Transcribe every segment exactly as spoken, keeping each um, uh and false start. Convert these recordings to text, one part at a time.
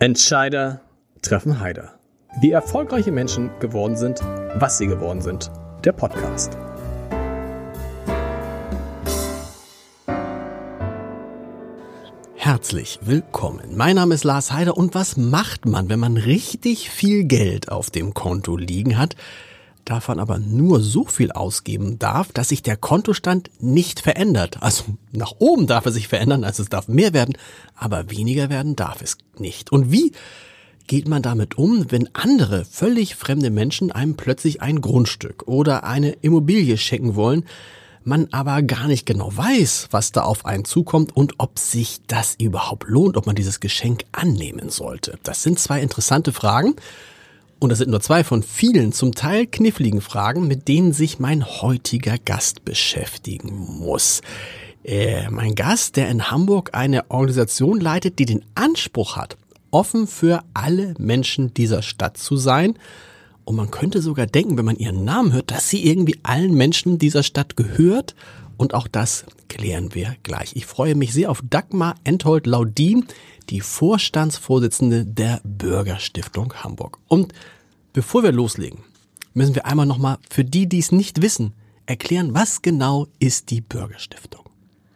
Entscheider treffen Heider. Wie erfolgreiche Menschen geworden sind, was sie geworden sind. Der Podcast. Herzlich willkommen. Mein Name ist Lars Heider und was macht man, wenn man richtig viel Geld auf dem Konto liegen hat, davon aber nur so viel ausgeben darf, dass sich der Kontostand nicht verändert. Also nach oben darf er sich verändern, also es darf mehr werden, aber weniger werden darf es nicht. Und wie geht man damit um, wenn andere, völlig fremde Menschen einem plötzlich ein Grundstück oder eine Immobilie schenken wollen, man aber gar nicht genau weiß, was da auf einen zukommt und ob sich das überhaupt lohnt, ob man dieses Geschenk annehmen sollte? Das sind zwei interessante Fragen. Und das sind nur zwei von vielen, zum Teil kniffligen Fragen, mit denen sich mein heutiger Gast beschäftigen muss. Äh, mein Gast, der in Hamburg eine Organisation leitet, die den Anspruch hat, offen für alle Menschen dieser Stadt zu sein. Und man könnte sogar denken, wenn man ihren Namen hört, dass sie irgendwie allen Menschen dieser Stadt gehört. Und auch das klären wir gleich. Ich freue mich sehr auf Dagmar Enthold-Laudin, die Vorstandsvorsitzende der Bürgerstiftung Hamburg. Und bevor wir loslegen, müssen wir einmal nochmal für die, die es nicht wissen, erklären, was genau ist die Bürgerstiftung?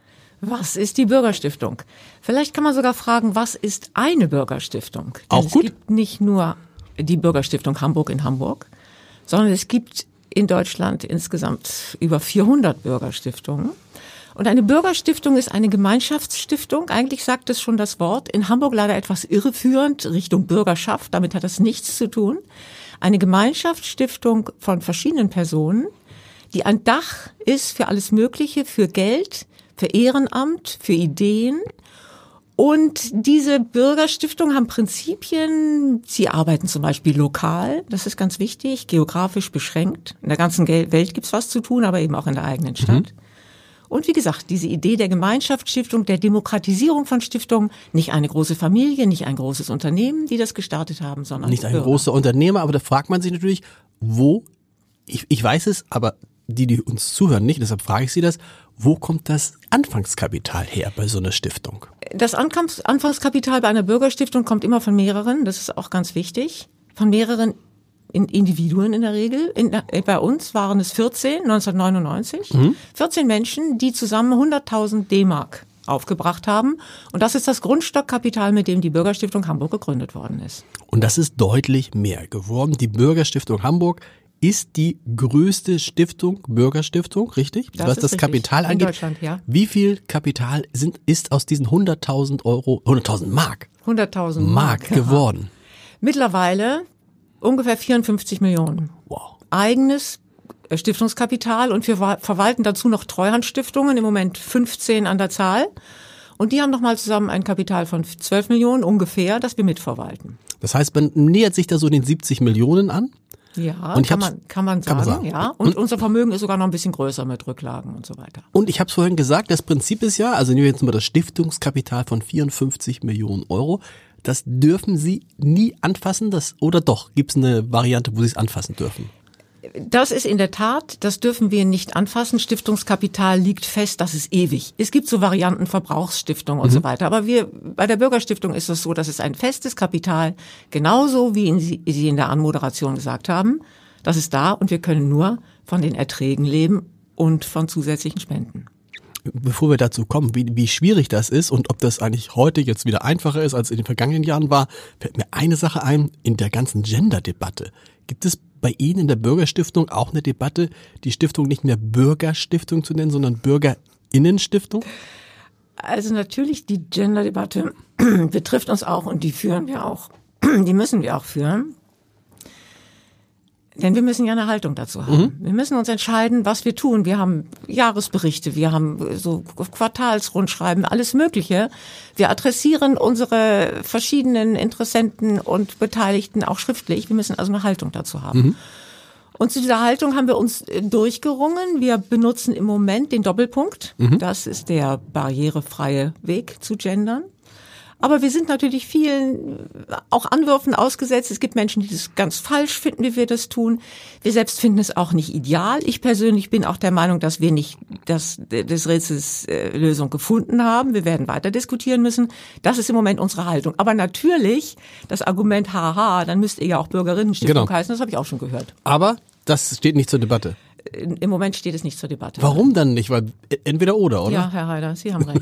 Was ist die Bürgerstiftung? Vielleicht kann man sogar fragen, was ist eine Bürgerstiftung? Denn Auch gut. Es gibt nicht nur die Bürgerstiftung Hamburg in Hamburg, sondern es gibt in Deutschland insgesamt über vierhundert Bürgerstiftungen. Und eine Bürgerstiftung ist eine Gemeinschaftsstiftung. Eigentlich sagt es schon das Wort. In Hamburg leider etwas irreführend Richtung Bürgerschaft. Damit hat das nichts zu tun. Eine Gemeinschaftsstiftung von verschiedenen Personen, die ein Dach ist für alles Mögliche, für Geld, für Ehrenamt, für Ideen. Und diese Bürgerstiftungen haben Prinzipien. Sie arbeiten zum Beispiel lokal. Das ist ganz wichtig, geografisch beschränkt. In der ganzen Welt gibt's was zu tun, aber eben auch in der eigenen Stadt. Mhm. Und wie gesagt, diese Idee der Gemeinschaftsstiftung, der Demokratisierung von Stiftungen, nicht eine große Familie, nicht ein großes Unternehmen, die das gestartet haben, sondern Nicht ein Bürger. großer Unternehmer, aber da fragt man sich natürlich, wo, ich, ich weiß es, aber die, die uns zuhören nicht, deshalb frage ich Sie das, wo kommt das Anfangskapital her bei so einer Stiftung? Das Anfangskapital bei einer Bürgerstiftung kommt immer von mehreren, das ist auch ganz wichtig, von mehreren Individuen in der Regel. In, bei uns waren es vierzehn, neunzehnhundertneunundneunzig, mhm. vierzehn Menschen, die zusammen hunderttausend D-Mark aufgebracht haben. Und das ist das Grundstockkapital, mit dem die Bürgerstiftung Hamburg gegründet worden ist. Und das ist deutlich mehr geworden. Die Bürgerstiftung Hamburg ist die größte Stiftung, Bürgerstiftung, richtig? Das Was ist das richtig. Kapital In angeht. Deutschland, ja. Wie viel Kapital sind, ist aus diesen hunderttausend Euro, hunderttausend Mark, hunderttausend Mark Mark geworden? Mittlerweile ungefähr vierundfünfzig Millionen. Wow. Eigenes Stiftungskapital und wir verwalten dazu noch Treuhandstiftungen, im Moment fünfzehn an der Zahl. Und die haben nochmal zusammen ein Kapital von zwölf Millionen ungefähr, das wir mitverwalten. Das heißt, man nähert sich da so den siebzig Millionen an? Ja, und ich kann, man, kann man sagen, kann man sagen. ja. Und, und unser Vermögen ist sogar noch ein bisschen größer mit Rücklagen und so weiter. Und ich habe es vorhin gesagt, das Prinzip ist ja, also nehmen wir jetzt mal das Stiftungskapital von vierundfünfzig Millionen Euro, das dürfen Sie nie anfassen, das oder doch? Gibt es eine Variante, wo Sie es anfassen dürfen? Das ist in der Tat, das dürfen wir nicht anfassen. Stiftungskapital liegt fest, das ist ewig. Es gibt so Varianten, Verbrauchsstiftung und mhm. so weiter. Aber wir, bei der Bürgerstiftung ist es so, dass es ein festes Kapital, genauso wie Sie in der Anmoderation gesagt haben, das ist da und wir können nur von den Erträgen leben und von zusätzlichen Spenden. Bevor wir dazu kommen, wie, wie schwierig das ist und ob das eigentlich heute jetzt wieder einfacher ist, als in den vergangenen Jahren war, fällt mir eine Sache ein, in der ganzen Gender-Debatte. Gibt es bei Ihnen in der Bürgerstiftung auch eine Debatte, die Stiftung nicht mehr Bürgerstiftung zu nennen, sondern Bürgerinnenstiftung? Also natürlich, die Gender-Debatte betrifft uns auch und die führen wir auch. Die müssen wir auch führen. Denn wir müssen ja eine Haltung dazu haben. Mhm. Wir müssen uns entscheiden, was wir tun. Wir haben Jahresberichte, wir haben so Quartalsrundschreiben, alles Mögliche. Wir adressieren unsere verschiedenen Interessenten und Beteiligten auch schriftlich. Wir müssen also eine Haltung dazu haben. Mhm. Und zu dieser Haltung haben wir uns durchgerungen. Wir benutzen im Moment den Doppelpunkt. Mhm. Das ist der barrierefreie Weg zu gendern. Aber wir sind natürlich vielen auch Anwürfen ausgesetzt. Es gibt Menschen, die das ganz falsch finden, wie wir das tun. Wir selbst finden es auch nicht ideal. Ich persönlich bin auch der Meinung, dass wir nicht das, des Rätsels äh, Lösung gefunden haben. Wir werden weiter diskutieren müssen. Das ist im Moment unsere Haltung. Aber natürlich das Argument, haha, dann müsst ihr ja auch Bürgerinnenstiftung genau. heißen, das habe ich auch schon gehört. Aber das steht nicht zur Debatte. Im Moment steht es nicht zur Debatte. Warum dann nicht? Weil entweder oder, oder? Ja, Herr Heider, Sie haben recht.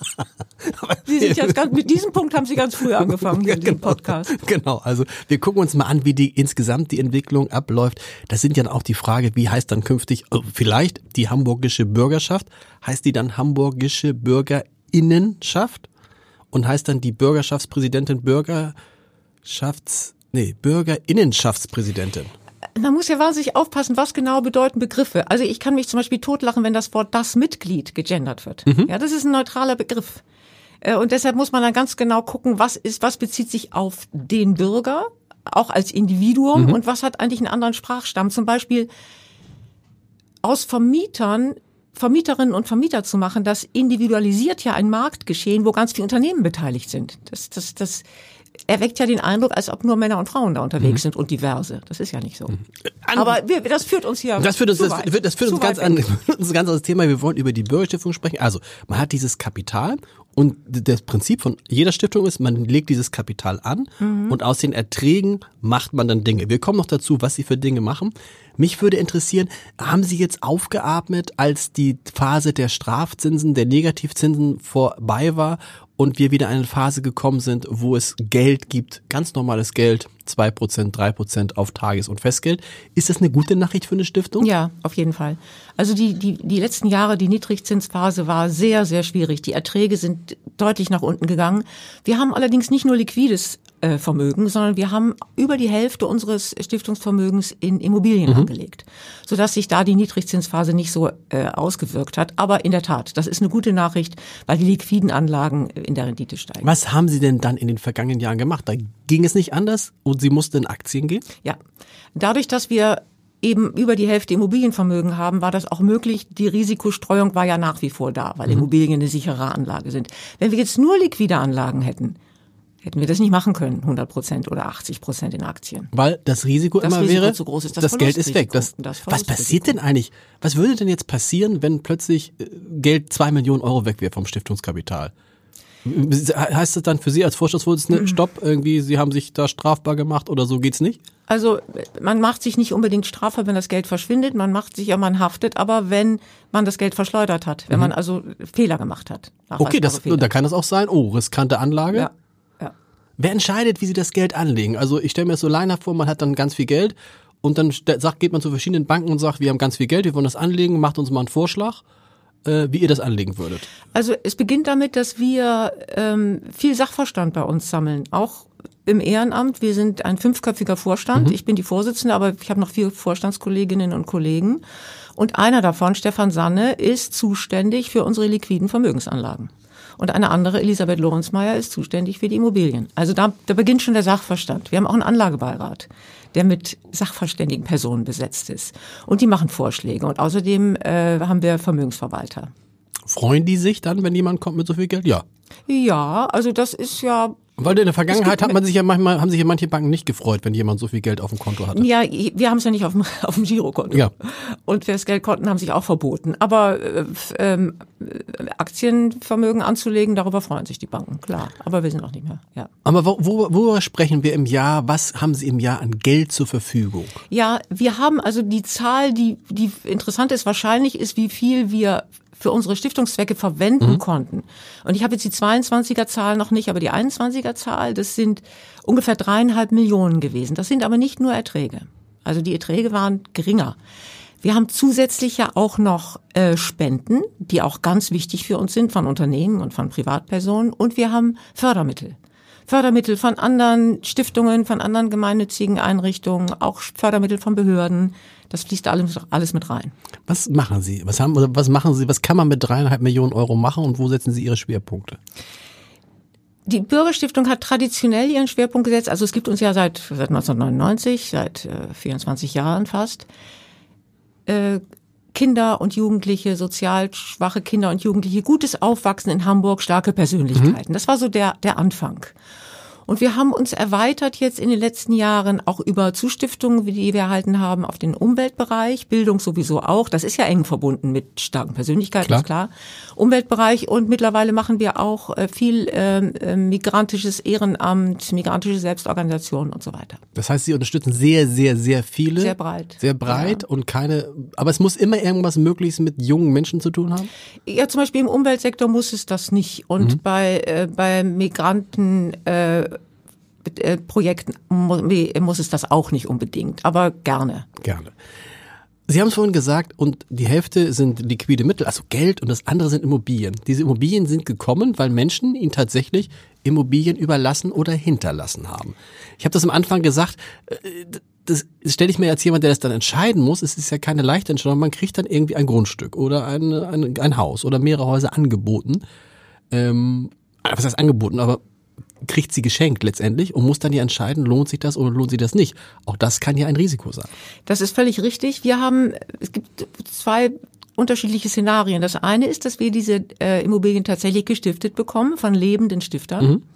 Sie sind jetzt ganz, mit diesem Punkt haben Sie ganz früh angefangen hier in diesem Podcast. Genau, also wir gucken uns mal an, wie die insgesamt die Entwicklung abläuft. Das sind ja auch die Frage, wie heißt dann künftig vielleicht die hamburgische Bürgerschaft? Heißt die dann hamburgische Bürgerinnenschaft? Und heißt dann die Bürgerschaftspräsidentin Bürgerschafts... Nee, Bürgerinnenschaftspräsidentin. Man muss ja wahnsinnig aufpassen, was genau bedeuten Begriffe. Also ich kann mich zum Beispiel totlachen, wenn das Wort das Mitglied gegendert wird. Mhm. Ja, das ist ein neutraler Begriff. Und deshalb muss man dann ganz genau gucken, was ist, was bezieht sich auf den Bürger, auch als Individuum, mhm. und was hat eigentlich einen anderen Sprachstamm. Zum Beispiel aus Vermietern, Vermieterinnen und Vermieter zu machen, das individualisiert ja ein Marktgeschehen, wo ganz viele Unternehmen beteiligt sind. Das, das, das erweckt ja den Eindruck, als ob nur Männer und Frauen da unterwegs mhm. sind und diverse. Das ist ja nicht so. Mhm. Aber wir, das führt uns hier Das führt uns, zu das, weit. das führt uns ganz an, uns ganz anderes Thema. Wir wollen über die Bürgerstiftung sprechen. Also, man hat dieses Kapital und das Prinzip von jeder Stiftung ist, man legt dieses Kapital an mhm. und aus den Erträgen macht man dann Dinge. Wir kommen noch dazu, was Sie für Dinge machen. Mich würde interessieren, haben Sie jetzt aufgeatmet, als die Phase der Strafzinsen, der Negativzinsen vorbei war und wir wieder in eine Phase gekommen sind, wo es Geld gibt, ganz normales Geld, zwei Prozent, drei Prozent auf Tages- und Festgeld. Ist das eine gute Nachricht für eine Stiftung? Ja, auf jeden Fall. Also die, die, die letzten Jahre, die Niedrigzinsphase war sehr, sehr schwierig. Die Erträge sind deutlich nach unten gegangen. Wir haben allerdings nicht nur liquides äh, Vermögen, sondern wir haben über die Hälfte unseres Stiftungsvermögens in Immobilien mhm. angelegt, sodass sich da die Niedrigzinsphase nicht so äh, ausgewirkt hat. Aber in der Tat, das ist eine gute Nachricht, weil die liquiden Anlagen in der Rendite steigen. Was haben Sie denn dann in den vergangenen Jahren gemacht? Da ging es nicht anders und Sie mussten in Aktien gehen? Ja, dadurch, dass wir eben über die Hälfte Immobilienvermögen haben, war das auch möglich. Die Risikostreuung war ja nach wie vor da, weil mhm. Immobilien eine sichere Anlage sind. Wenn wir jetzt nur liquide Anlagen hätten, hätten wir das nicht machen können, hundert Prozent oder achtzig Prozent in Aktien. Weil das Risiko das immer Risiko wäre, zu groß ist, das, das Geld ist weg. Das, das was passiert denn eigentlich? Was würde denn jetzt passieren, wenn plötzlich Geld zwei Millionen Euro weg wäre vom Stiftungskapital? Heißt das dann für Sie als Vorstandsvorsitzende, mhm. Stopp, irgendwie, Sie haben sich da strafbar gemacht oder so, geht's nicht? Also man macht sich nicht unbedingt strafbar, wenn das Geld verschwindet, man macht sich ja, man haftet, aber wenn man das Geld verschleudert hat, wenn mhm. man also Fehler gemacht hat. Okay, das, da kann das auch sein, oh, riskante Anlage. Ja. Ja. Wer entscheidet, wie Sie das Geld anlegen? Also ich stelle mir das so line vor, man hat dann ganz viel Geld und dann sagt, geht man zu verschiedenen Banken und sagt, wir haben ganz viel Geld, wir wollen das anlegen, macht uns mal einen Vorschlag, wie ihr das anlegen würdet. Also es beginnt damit, dass wir ähm, viel Sachverstand bei uns sammeln, auch im Ehrenamt. Wir sind ein fünfköpfiger Vorstand. Mhm. Ich bin die Vorsitzende, aber ich habe noch vier Vorstandskolleginnen und Kollegen. Und einer davon, Stefan Sanne, ist zuständig für unsere liquiden Vermögensanlagen. Und eine andere, Elisabeth Lorenzmeier, ist zuständig für die Immobilien. Also da, da beginnt schon der Sachverstand. Wir haben auch einen Anlagebeirat, der mit sachverständigen Personen besetzt ist. Und die machen Vorschläge. Und außerdem äh, haben wir Vermögensverwalter. Freuen die sich dann, wenn jemand kommt mit so viel Geld? Ja. Ja, also das ist ja... Weil in der Vergangenheit hat man sich ja manchmal, haben sich ja manche Banken nicht gefreut, wenn jemand so viel Geld auf dem Konto hatte. Ja, wir haben es ja nicht auf dem, auf dem Girokonto. Ja. Und Festgeldkonten haben sich auch verboten. Aber äh, ähm, Aktienvermögen anzulegen, darüber freuen sich die Banken, klar. Aber wir sind auch nicht mehr, ja. Aber wo, wo, worüber sprechen wir im Jahr? Was haben Sie im Jahr an Geld zur Verfügung? Ja, wir haben also die Zahl, die, die interessant ist wahrscheinlich, ist, wie viel wir für unsere Stiftungszwecke verwenden mhm. konnten. Und ich habe jetzt die zweiundzwanziger Zahl noch nicht, aber die einundzwanziger Zahl, das sind ungefähr dreieinhalb Millionen gewesen. Das sind aber nicht nur Erträge. Also die Erträge waren geringer. Wir haben zusätzlich ja auch noch äh, Spenden, die auch ganz wichtig für uns sind, von Unternehmen und von Privatpersonen. Und wir haben Fördermittel. Fördermittel von anderen Stiftungen, von anderen gemeinnützigen Einrichtungen, auch Fördermittel von Behörden. Das fließt alles, alles mit rein. Was machen Sie? Was haben, was machen Sie? Was kann man mit dreieinhalb Millionen Euro machen und wo setzen Sie Ihre Schwerpunkte? Die Bürgerstiftung hat traditionell ihren Schwerpunkt gesetzt. Also es gibt uns ja seit, seit neunzehnhundertneunundneunzig, seit äh, vierundzwanzig Jahren fast. Äh, Kinder und Jugendliche, sozial schwache Kinder und Jugendliche, gutes Aufwachsen in Hamburg, starke Persönlichkeiten. Mhm. Das war so der, der Anfang. Und wir haben uns erweitert jetzt in den letzten Jahren auch über Zustiftungen, die wir erhalten haben, auf den Umweltbereich, Bildung sowieso auch. Das ist ja eng verbunden mit starken Persönlichkeiten, klar. ist klar. Umweltbereich und mittlerweile machen wir auch viel äh, migrantisches Ehrenamt, migrantische Selbstorganisation und so weiter. Das heißt, Sie unterstützen sehr, sehr, sehr viele. Sehr breit. Sehr breit ja. und keine, aber es muss immer irgendwas möglichst mit jungen Menschen zu tun haben? Ja, zum Beispiel im Umweltsektor muss es das nicht. Und mhm. bei, äh, bei Migranten, äh, Projekten muss es das auch nicht unbedingt, aber gerne. Gerne. Sie haben es vorhin gesagt, und die Hälfte sind liquide Mittel, also Geld, und das andere sind Immobilien. Diese Immobilien sind gekommen, weil Menschen ihnen tatsächlich Immobilien überlassen oder hinterlassen haben. Ich habe das am Anfang gesagt, das stelle ich mir als jemand, der das dann entscheiden muss, es ist ja keine leichte Entscheidung, man kriegt dann irgendwie ein Grundstück oder ein, ein, ein Haus oder mehrere Häuser angeboten. Ähm, was heißt angeboten, aber kriegt sie geschenkt letztendlich und muss dann ja entscheiden, lohnt sich das oder lohnt sich das nicht. Auch das kann ja ein Risiko sein. Das ist völlig richtig. Wir haben, es gibt zwei unterschiedliche Szenarien. Das eine ist, dass wir diese äh, Immobilien tatsächlich gestiftet bekommen von lebenden Stiftern. Mhm.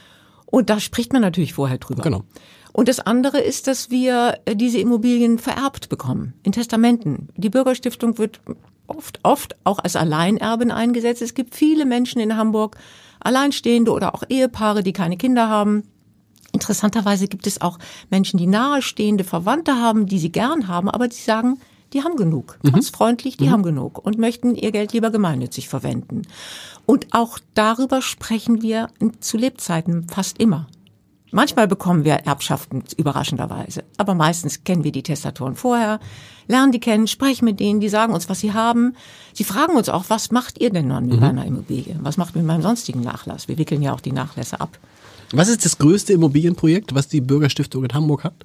Und da spricht man natürlich vorher drüber. Genau. Und das andere ist, dass wir äh, diese Immobilien vererbt bekommen, in Testamenten. Die Bürgerstiftung wird oft, oft auch als Alleinerbin eingesetzt. Es gibt viele Menschen in Hamburg, Alleinstehende oder auch Ehepaare, die keine Kinder haben. Interessanterweise gibt es auch Menschen, die nahestehende Verwandte haben, die sie gern haben, aber die sagen, die haben genug. Mhm. Ganz freundlich, die mhm. haben genug und möchten ihr Geld lieber gemeinnützig verwenden. Und auch darüber sprechen wir zu Lebzeiten fast immer. Manchmal bekommen wir Erbschaften überraschenderweise, aber meistens kennen wir die Testatoren vorher, lernen die kennen, sprechen mit denen, die sagen uns, was sie haben. Sie fragen uns auch, was macht ihr denn dann mit mhm. meiner Immobilie? Was macht mit meinem sonstigen Nachlass? Wir wickeln ja auch die Nachlässe ab. Was ist das größte Immobilienprojekt, was die Bürgerstiftung in Hamburg hat?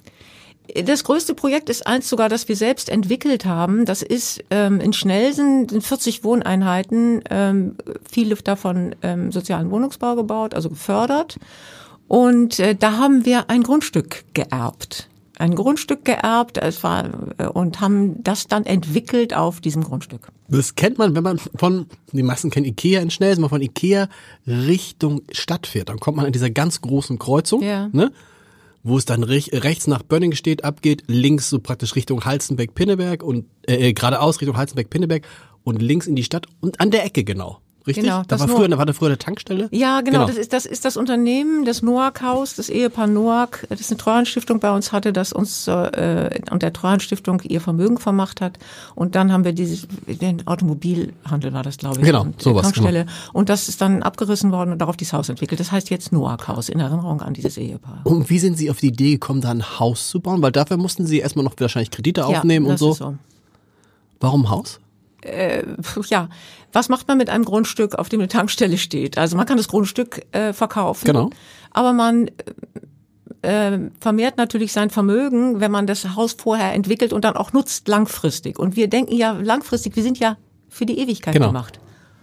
Das größte Projekt ist eins sogar, das wir selbst entwickelt haben. Das ist ähm, in Schnelsen, in vierzig Wohneinheiten, ähm, viele davon ähm, sozialen Wohnungsbau gebaut, also gefördert. Und äh, da haben wir ein Grundstück geerbt. Ein Grundstück geerbt es war, äh, und haben das dann entwickelt auf diesem Grundstück. Das kennt man, wenn man von, die meisten kennen Ikea in Schnelsen, wenn man von Ikea Richtung Stadt fährt. Dann kommt man an dieser ganz großen Kreuzung, ja. ne, wo es dann rech, rechts nach Bönningen steht, abgeht, links so praktisch Richtung Halstenbeck-Pinneberg und äh, geradeaus Richtung Halstenbeck-Pinneberg und links in die Stadt und an der Ecke genau. Richtig? Genau, da war früher, da war da früher eine Tankstelle? Ja, genau, genau. Das ist das ist das Unternehmen, das Noack-Haus, das Ehepaar Noack, das eine Treuhandstiftung bei uns hatte, das uns äh, und der Treuhandstiftung ihr Vermögen vermacht hat. Und dann haben wir dieses, den Automobilhandel war das, glaube ich. Genau, und sowas. Tankstelle. Genau. Und das ist dann abgerissen worden und darauf dieses Haus entwickelt. Das heißt jetzt Noack-Haus, in Erinnerung an dieses Ehepaar. Und wie sind Sie auf die Idee gekommen, da ein Haus zu bauen? Weil dafür mussten Sie erstmal noch wahrscheinlich Kredite aufnehmen ja, und so. Ist so. Warum Haus? Äh, ja, was macht man mit einem Grundstück, auf dem eine Tankstelle steht? Also man kann das Grundstück äh, verkaufen, genau. aber man äh, vermehrt natürlich sein Vermögen, wenn man das Haus vorher entwickelt und dann auch nutzt langfristig. Und wir denken ja langfristig, wir sind ja für die Ewigkeit genau. gemacht.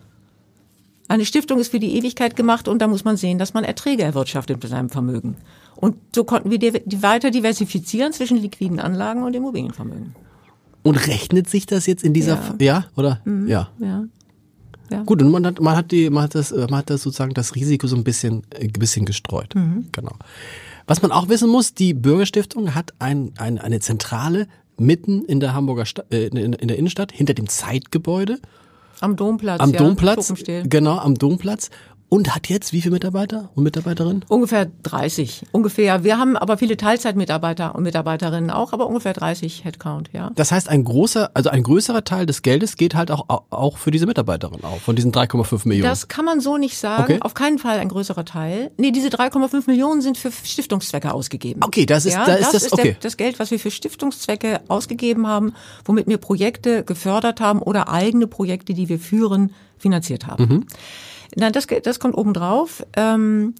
Eine Stiftung ist für die Ewigkeit gemacht und da muss man sehen, dass man Erträge erwirtschaftet mit seinem Vermögen. Und so konnten wir die, die weiter diversifizieren zwischen liquiden Anlagen und Immobilienvermögen. Und rechnet sich das jetzt in dieser, ja, ja oder? Mhm. Ja. ja. Ja. Gut, und man hat, man hat die, man hat das, man hat das sozusagen das Risiko so ein bisschen, ein bisschen gestreut. Mhm. Genau. Was man auch wissen muss, die Bürgerstiftung hat ein, ein, eine Zentrale mitten in der Hamburger Stadt, äh, in, in der Innenstadt, hinter dem Zeitgebäude. Am Domplatz, Am ja. Domplatz, genau, am Domplatz. Und hat jetzt wie viele Mitarbeiter und Mitarbeiterinnen? Ungefähr dreißig, ungefähr. Wir haben aber viele Teilzeitmitarbeiter und Mitarbeiterinnen auch, aber ungefähr dreißig Headcount, ja. Das heißt, ein großer, also ein größerer Teil des Geldes geht halt auch, auch für diese Mitarbeiterinnen auf, von diesen drei Komma fünf Millionen. Das kann man so nicht sagen. Okay. Auf keinen Fall ein größerer Teil. Nee, diese drei Komma fünf Millionen sind für Stiftungszwecke ausgegeben. Okay, das ist, ja, da ist das, das, ist okay. Der, das Geld, was wir für Stiftungszwecke ausgegeben haben, womit wir Projekte gefördert haben oder eigene Projekte, die wir führen, finanziert haben. Mhm. Nein, das, das kommt obendrauf. Ähm,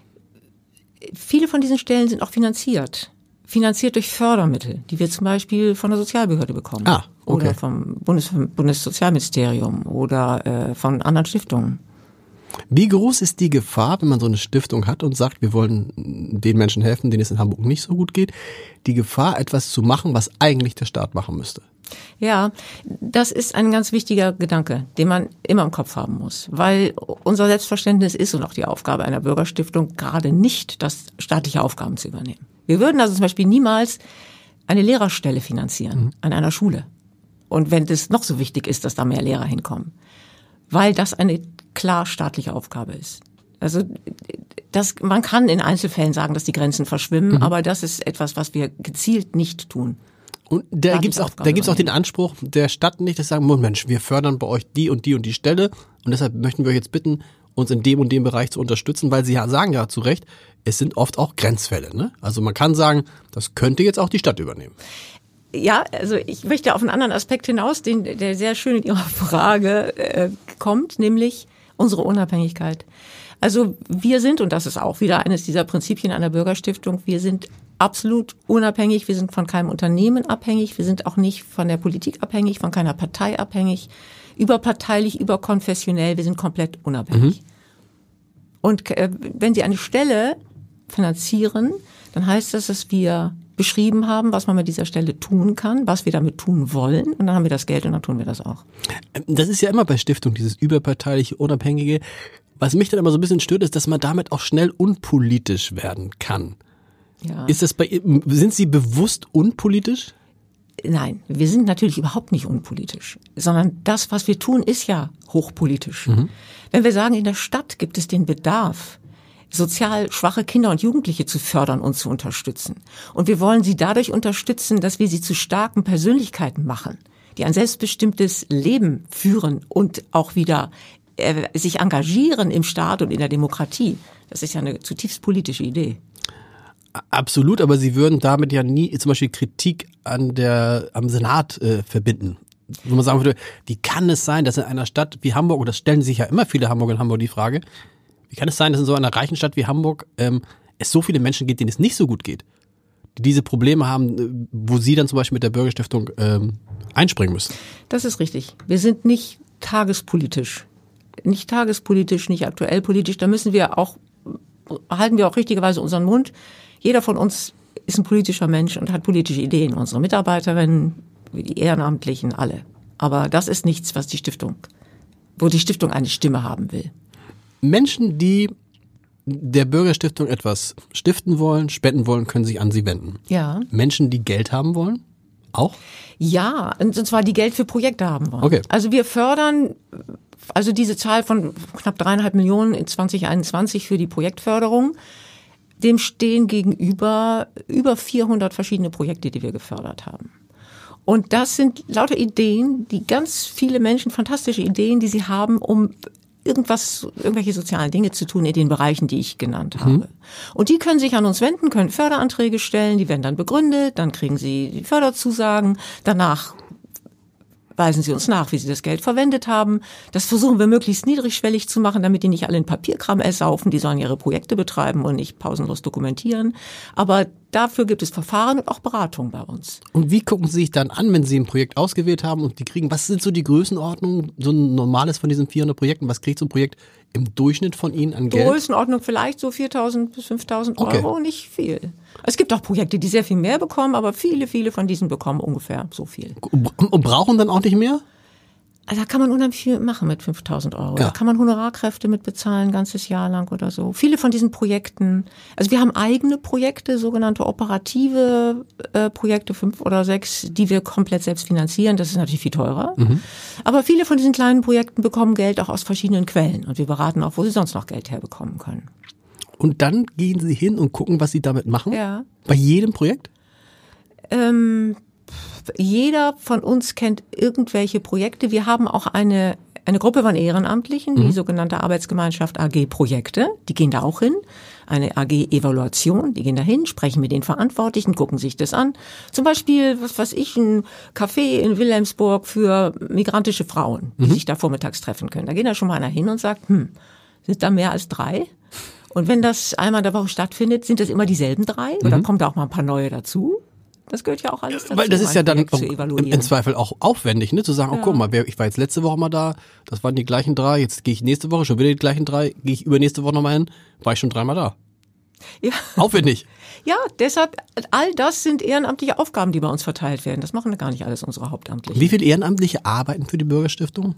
viele von diesen Stellen sind auch finanziert. Finanziert durch Fördermittel, die wir zum Beispiel von der Sozialbehörde bekommen. Ah, okay. Oder vom Bundes, Bundessozialministerium oder äh, von anderen Stiftungen. Wie groß ist die Gefahr, wenn man so eine Stiftung hat und sagt, wir wollen den Menschen helfen, denen es in Hamburg nicht so gut geht, die Gefahr, etwas zu machen, was eigentlich der Staat machen müsste? Ja, das ist ein ganz wichtiger Gedanke, den man immer im Kopf haben muss, weil unser Selbstverständnis ist und auch die Aufgabe einer Bürgerstiftung gerade nicht, das staatliche Aufgaben zu übernehmen. Wir würden also zum Beispiel niemals eine Lehrerstelle finanzieren mhm. an einer Schule. Und wenn das noch so wichtig ist, dass da mehr Lehrer hinkommen, weil das eine klar staatliche Aufgabe ist. Also das, man kann in Einzelfällen sagen, dass die Grenzen verschwimmen, mhm. aber das ist etwas, was wir gezielt nicht tun. Und da gibt's auch, da gibt's auch den Anspruch der Stadt nicht, dass sie sagen, Mensch, wir fördern bei euch die und die und die Stelle und deshalb möchten wir euch jetzt bitten, uns in dem und dem Bereich zu unterstützen, weil sie ja sagen ja zu Recht, es sind oft auch Grenzfälle, ne? Also man kann sagen, das könnte jetzt auch die Stadt übernehmen. Ja, also ich möchte auf einen anderen Aspekt hinaus, den, der sehr schön in Ihrer Frage äh, kommt, nämlich unsere Unabhängigkeit. Also wir sind, und das ist auch wieder eines dieser Prinzipien einer Bürgerstiftung, wir sind absolut unabhängig, wir sind von keinem Unternehmen abhängig, wir sind auch nicht von der Politik abhängig, von keiner Partei abhängig, überparteilich, überkonfessionell, wir sind komplett unabhängig. Mhm. Und äh, wenn Sie eine Stelle finanzieren, dann heißt das, dass wir beschrieben haben, was man mit dieser Stelle tun kann, was wir damit tun wollen, und dann haben wir das Geld und dann tun wir das auch. Das ist ja immer bei Stiftungen, dieses überparteiliche, unabhängige. Was mich dann immer so ein bisschen stört, ist, dass man damit auch schnell unpolitisch werden kann. Ja. Ist das bei, sind Sie bewusst unpolitisch? Nein, wir sind natürlich überhaupt nicht unpolitisch, sondern das, was wir tun, ist ja hochpolitisch. Mhm. Wenn wir sagen, in der Stadt gibt es den Bedarf, sozial schwache Kinder und Jugendliche zu fördern und zu unterstützen. Und wir wollen sie dadurch unterstützen, dass wir sie zu starken Persönlichkeiten machen, die ein selbstbestimmtes Leben führen und auch wieder äh, sich engagieren im Staat und in der Demokratie. Das ist ja eine zutiefst politische Idee. Absolut, aber Sie würden damit ja nie zum Beispiel Kritik an der, am Senat äh, verbinden. Wo man sagen würde, wie kann es sein, dass in einer Stadt wie Hamburg, und das stellen sich ja immer viele Hamburger in Hamburg die Frage, wie kann es sein, dass in so einer reichen Stadt wie Hamburg ähm, es so viele Menschen gibt, denen es nicht so gut geht, die diese Probleme haben, wo Sie dann zum Beispiel mit der Bürgerstiftung ähm, einspringen müssen? Das ist richtig. Wir sind nicht tagespolitisch, nicht tagespolitisch, nicht aktuell politisch. Da müssen wir auch, halten wir auch richtigerweise unseren Mund. Jeder von uns ist ein politischer Mensch und hat politische Ideen. Unsere Mitarbeiterinnen, die Ehrenamtlichen, alle. Aber das ist nichts, was die Stiftung, wo die Stiftung eine Stimme haben will. Menschen, die der Bürgerstiftung etwas stiften wollen, spenden wollen, können sich an Sie wenden. Ja. Menschen, die Geld haben wollen, auch? Ja, und zwar die Geld für Projekte haben wollen. Okay. Also wir fördern, also diese Zahl von knapp dreieinhalb Millionen in zwanzig einundzwanzig für die Projektförderung, dem stehen gegenüber über vierhundert verschiedene Projekte, die wir gefördert haben. Und das sind lauter Ideen, die ganz viele Menschen, fantastische Ideen, die sie haben, um irgendwas, irgendwelche sozialen Dinge zu tun in den Bereichen, die ich genannt habe. Mhm. Und die können sich an uns wenden, können Förderanträge stellen, die werden dann begründet, dann kriegen sie die Förderzusagen, danach weisen sie uns nach, wie sie das Geld verwendet haben. Das versuchen wir möglichst niedrigschwellig zu machen, damit die nicht alle in Papierkram ersaufen. Die sollen ihre Projekte betreiben und nicht pausenlos dokumentieren. Aber dafür gibt es Verfahren und auch Beratung bei uns. Und wie gucken Sie sich dann an, wenn Sie ein Projekt ausgewählt haben und die kriegen, was sind so die Größenordnungen, so ein normales von diesen vierhundert Projekten, was kriegt so ein Projekt im Durchschnitt von Ihnen an Geld? Größenordnung vielleicht so viertausend bis fünftausend Euro, okay. Nicht viel. Es gibt auch Projekte, die sehr viel mehr bekommen, aber viele, viele von diesen bekommen ungefähr so viel. Und brauchen dann auch nicht mehr? Also da kann man unheimlich viel machen mit fünftausend Euro. Ja. Da kann man Honorarkräfte mit bezahlen, ein ganzes Jahr lang oder so. Viele von diesen Projekten, also wir haben eigene Projekte, sogenannte operative äh, Projekte, fünf oder sechs, die wir komplett selbst finanzieren. Das ist natürlich viel teurer. Mhm. Aber viele von diesen kleinen Projekten bekommen Geld auch aus verschiedenen Quellen. Und wir beraten auch, wo sie sonst noch Geld herbekommen können. Und dann gehen Sie hin und gucken, was Sie damit machen? Ja. Bei jedem Projekt? Ähm... Jeder von uns kennt irgendwelche Projekte. Wir haben auch eine eine Gruppe von Ehrenamtlichen, die mhm. sogenannte Arbeitsgemeinschaft A G Projekte. Die gehen da auch hin. Eine A G Evaluation, die gehen da hin, sprechen mit den Verantwortlichen, gucken sich das an. Zum Beispiel, was weiß ich, ein Café in Wilhelmsburg für migrantische Frauen, die mhm. sich da vormittags treffen können. Da geht da schon mal einer hin und sagt, hm, sind da mehr als drei? Und wenn das einmal in der Woche stattfindet, sind das immer dieselben drei? Oder mhm. kommt da auch mal ein paar neue dazu? Das gehört ja auch alles dazu. Weil das ist ja dann im, im Zweifel auch aufwendig, ne, zu sagen, ja. oh guck mal, ich war jetzt letzte Woche mal da, das waren die gleichen drei, jetzt gehe ich nächste Woche schon wieder die gleichen drei, gehe ich übernächste Woche nochmal hin, war ich schon dreimal da. Ja. Aufwendig. Ja, deshalb, all das sind ehrenamtliche Aufgaben, die bei uns verteilt werden. Das machen gar nicht alles unsere Hauptamtlichen. Wie viele Ehrenamtliche arbeiten für die Bürgerstiftung?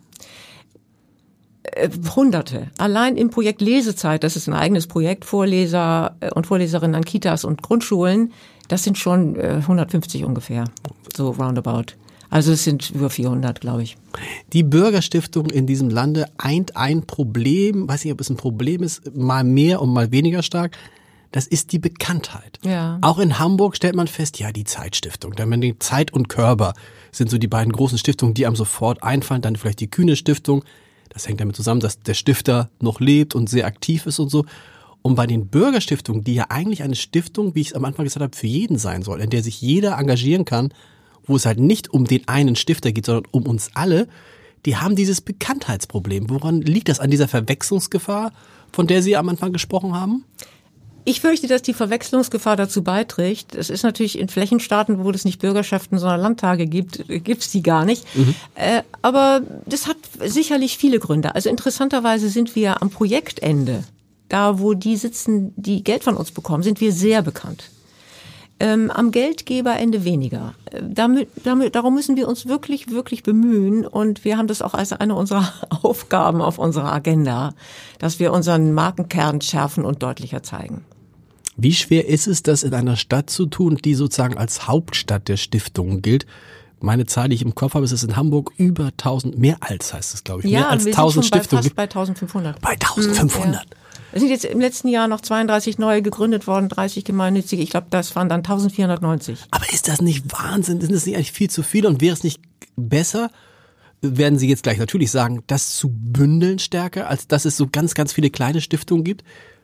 Äh, Hunderte. Allein im Projekt Lesezeit, das ist ein eigenes Projekt, Vorleser und Vorleserinnen an Kitas und Grundschulen, das sind schon äh, hundertfünfzig ungefähr, so roundabout. Also es sind über vierhundert, glaube ich. Die Bürgerstiftung in diesem Lande eint ein Problem, weiß nicht, ob es ein Problem ist, mal mehr und mal weniger stark. Das ist die Bekanntheit. Ja. Auch in Hamburg stellt man fest, ja, die Zeitstiftung. Dann die Zeit und Körper sind so die beiden großen Stiftungen, die einem sofort einfallen. Dann vielleicht die Kühne Stiftung. Das hängt damit zusammen, dass der Stifter noch lebt und sehr aktiv ist und so. Und bei den Bürgerstiftungen, die ja eigentlich eine Stiftung, wie ich es am Anfang gesagt habe, für jeden sein soll, in der sich jeder engagieren kann, wo es halt nicht um den einen Stifter geht, sondern um uns alle, die haben dieses Bekanntheitsproblem. Woran liegt das? An dieser Verwechslungsgefahr, von der Sie am Anfang gesprochen haben? Ich fürchte, dass die Verwechslungsgefahr dazu beiträgt. Es ist natürlich in Flächenstaaten, wo es nicht Bürgerschaften, sondern Landtage gibt, gibt's die gar nicht. Mhm. Äh, aber das hat sicherlich viele Gründe. Also interessanterweise sind wir am Projektende, da wo die sitzen, die Geld von uns bekommen, sind wir sehr bekannt. Ähm, am Geldgeberende weniger. Damit, damit, darum müssen wir uns wirklich, wirklich bemühen und wir haben das auch als eine unserer Aufgaben auf unserer Agenda, dass wir unseren Markenkern schärfen und deutlicher zeigen. Wie schwer ist es, das in einer Stadt zu tun, die sozusagen als Hauptstadt der Stiftungen gilt? Meine Zahl, die ich im Kopf habe, ist es in Hamburg über tausend, mehr als heißt es, glaube ich, ja, mehr als wir tausend sind schon Stiftungen. Bei fast bei eintausendfünfhundert. Bei eintausendfünfhundert. Ja. Es sind jetzt im letzten Jahr noch zweiunddreißig neue gegründet worden, dreißig gemeinnützige. Ich glaube, das waren dann eintausendvierhundertneunzig. Aber ist das nicht Wahnsinn? Ist das nicht eigentlich viel zu viel? Und wäre es nicht besser, werden Sie jetzt gleich natürlich sagen, das zu bündeln stärker, als dass es so ganz, ganz viele kleine Stiftungen gibt?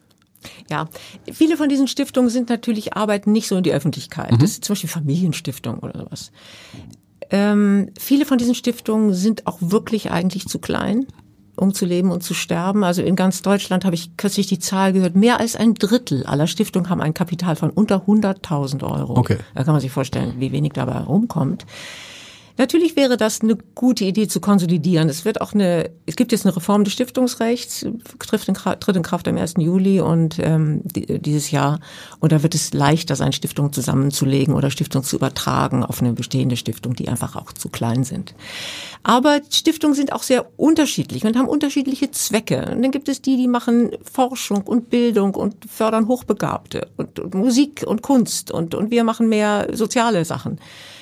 Ja, viele von diesen Stiftungen sind natürlich, arbeiten nicht so in die Öffentlichkeit. Mhm. Das ist zum Beispiel Familienstiftung oder sowas. Ähm, viele von diesen Stiftungen sind auch wirklich eigentlich zu klein, um zu leben und zu sterben. Also in ganz Deutschland habe ich kürzlich die Zahl gehört, mehr als ein Drittel aller Stiftungen haben ein Kapital von unter hunderttausend Euro. Okay. Da kann man sich vorstellen, wie wenig dabei rumkommt. Natürlich wäre das eine gute Idee zu konsolidieren. Es wird auch eine, es gibt jetzt eine Reform des Stiftungsrechts, trifft in, tritt in Kraft am ersten Juli und ähm, dieses Jahr. Und da wird es leichter sein, Stiftungen zusammenzulegen oder Stiftungen zu übertragen auf eine bestehende Stiftung, die einfach auch zu klein sind. Aber Stiftungen sind auch sehr unterschiedlich und haben unterschiedliche Zwecke. Und dann gibt es die, die machen Forschung und Bildung und fördern Hochbegabte und, und Musik und Kunst und, und wir machen mehr soziale Sachen.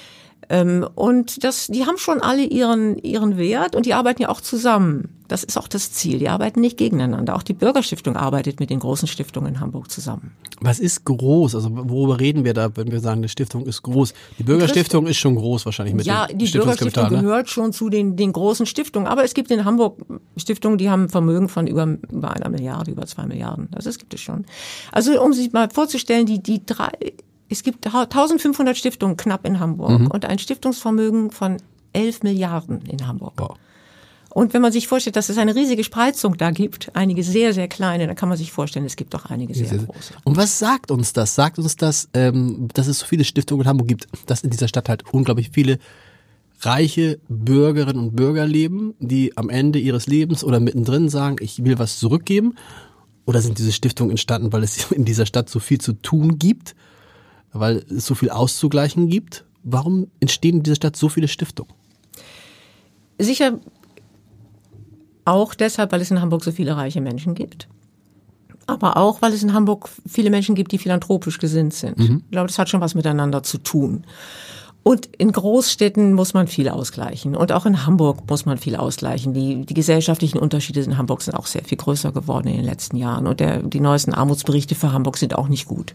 Und das, die haben schon alle ihren, ihren Wert und die arbeiten ja auch zusammen. Das ist auch das Ziel. Die arbeiten nicht gegeneinander. Auch die Bürgerstiftung arbeitet mit den großen Stiftungen in Hamburg zusammen. Was ist groß? Also worüber reden wir da, wenn wir sagen, eine Stiftung ist groß? Die Bürgerstiftung ist schon groß wahrscheinlich mit ja, dem die Stiftungskapital. Bürgerstiftung ne? gehört schon zu den, den großen Stiftungen. Aber es gibt in Hamburg Stiftungen, die haben Vermögen von über, über einer Milliarde, über zwei Milliarden. Also das gibt es schon. Also um sich mal vorzustellen, die, die drei, es gibt eintausendfünfhundert Stiftungen knapp in Hamburg mhm. und ein Stiftungsvermögen von elf Milliarden in Hamburg. Wow. Und wenn man sich vorstellt, dass es eine riesige Spreizung da gibt, einige sehr, sehr kleine, dann kann man sich vorstellen, es gibt auch einige sehr große. Und was sagt uns das? Sagt uns das, ähm, dass es so viele Stiftungen in Hamburg gibt, dass in dieser Stadt halt unglaublich viele reiche Bürgerinnen und Bürger leben, die am Ende ihres Lebens oder mittendrin sagen, ich will was zurückgeben? Oder sind diese Stiftungen entstanden, weil es in dieser Stadt so viel zu tun gibt? Weil es so viel auszugleichen gibt. Warum entstehen in dieser Stadt so viele Stiftungen? Sicher auch deshalb, weil es in Hamburg so viele reiche Menschen gibt. Aber auch, weil es in Hamburg viele Menschen gibt, die philanthropisch gesinnt sind. Mhm. Ich glaube, das hat schon was miteinander zu tun. Und in Großstädten muss man viel ausgleichen. Und auch in Hamburg muss man viel ausgleichen. Die, die gesellschaftlichen Unterschiede in Hamburg sind auch sehr viel größer geworden in den letzten Jahren. Und der, die neuesten Armutsberichte für Hamburg sind auch nicht gut.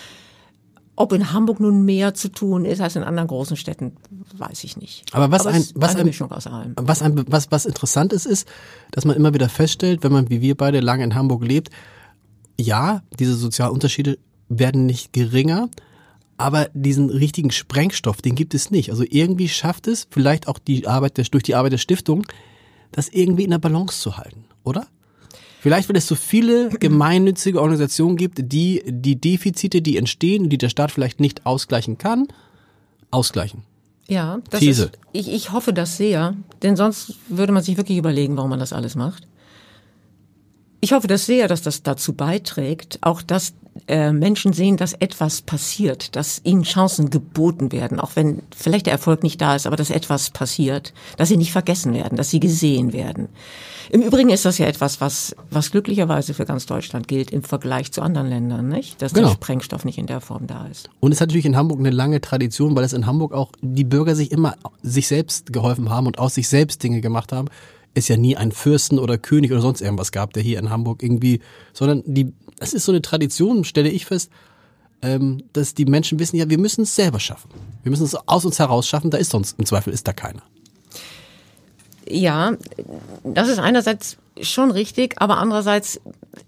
Ob in Hamburg nun mehr zu tun ist als in anderen großen Städten, weiß ich nicht. Aber was Aber ein, was eine ein, Mischung aus allem. Was ein, was, was interessant ist, ist, dass man immer wieder feststellt, wenn man wie wir beide lange in Hamburg lebt, ja, diese sozialen Unterschiede werden nicht geringer, aber diesen richtigen Sprengstoff, den gibt es nicht. Also irgendwie schafft es, vielleicht auch die Arbeit der, durch die Arbeit der Stiftung, das irgendwie in der Balance zu halten, oder? Vielleicht, weil es so viele gemeinnützige Organisationen gibt, die die Defizite, die entstehen, die der Staat vielleicht nicht ausgleichen kann, ausgleichen. Ja, das These. ist, ich, ich hoffe das sehr, denn sonst würde man sich wirklich überlegen, warum man das alles macht. Ich hoffe das sehr, dass das dazu beiträgt, auch dass äh, Menschen sehen, dass etwas passiert, dass ihnen Chancen geboten werden, auch wenn vielleicht der Erfolg nicht da ist, aber dass etwas passiert, dass sie nicht vergessen werden, dass sie gesehen werden. Im Übrigen ist das ja etwas, was was glücklicherweise für ganz Deutschland gilt im Vergleich zu anderen Ländern, nicht? Dass genau. der Sprengstoff nicht in der Form da ist. Und es hat natürlich in Hamburg eine lange Tradition, weil es in Hamburg auch die Bürger sich immer sich selbst geholfen haben und aus sich selbst Dinge gemacht haben. Es ja nie einen Fürsten oder König oder sonst irgendwas gab, der hier in Hamburg irgendwie, sondern die, das ist so eine Tradition, stelle ich fest, ähm, dass die Menschen wissen, ja, wir müssen es selber schaffen. Wir müssen es aus uns heraus schaffen, da ist sonst, im Zweifel ist da keiner. Ja, das ist einerseits schon richtig, aber andererseits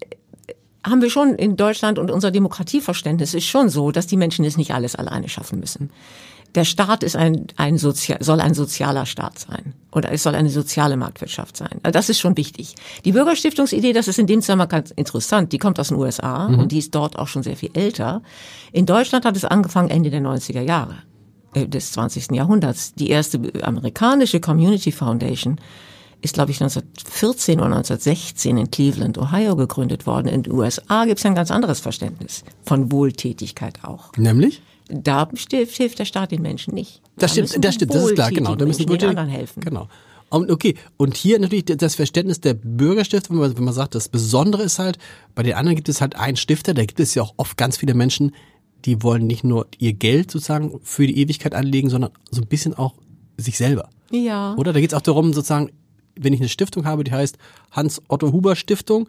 haben wir schon in Deutschland und unser Demokratieverständnis ist schon so, dass die Menschen es nicht alles alleine schaffen müssen. Der Staat ist ein, ein Sozi- soll ein sozialer Staat sein oder es soll eine soziale Marktwirtschaft sein. Also das ist schon wichtig. Die Bürgerstiftungsidee, das ist in dem Zusammenhang ganz interessant, die kommt aus den U S A mhm. und die ist dort auch schon sehr viel älter. In Deutschland hat es angefangen Ende der neunziger Jahre des zwanzigsten Jahrhunderts. Die erste amerikanische Community Foundation ist, glaube ich, neunzehnhundertvierzehn oder neunzehnhundertsechzehn in Cleveland, Ohio gegründet worden. In den U S A gibt es ein ganz anderes Verständnis von Wohltätigkeit auch. Nämlich? Da hilft der Staat den Menschen nicht. Das da stimmt, das stimmt, das ist klar, genau. Da müssen den anderen helfen. Genau. Und okay, und hier natürlich das Verständnis der Bürgerstiftung, wenn man, wenn man sagt, das Besondere ist halt, bei den anderen gibt es halt einen Stifter, da gibt es ja auch oft ganz viele Menschen, die wollen nicht nur ihr Geld sozusagen für die Ewigkeit anlegen, sondern so ein bisschen auch sich selber. Ja. Oder? Da geht es auch darum, sozusagen, wenn ich eine Stiftung habe, die heißt Hans-Otto-Huber-Stiftung,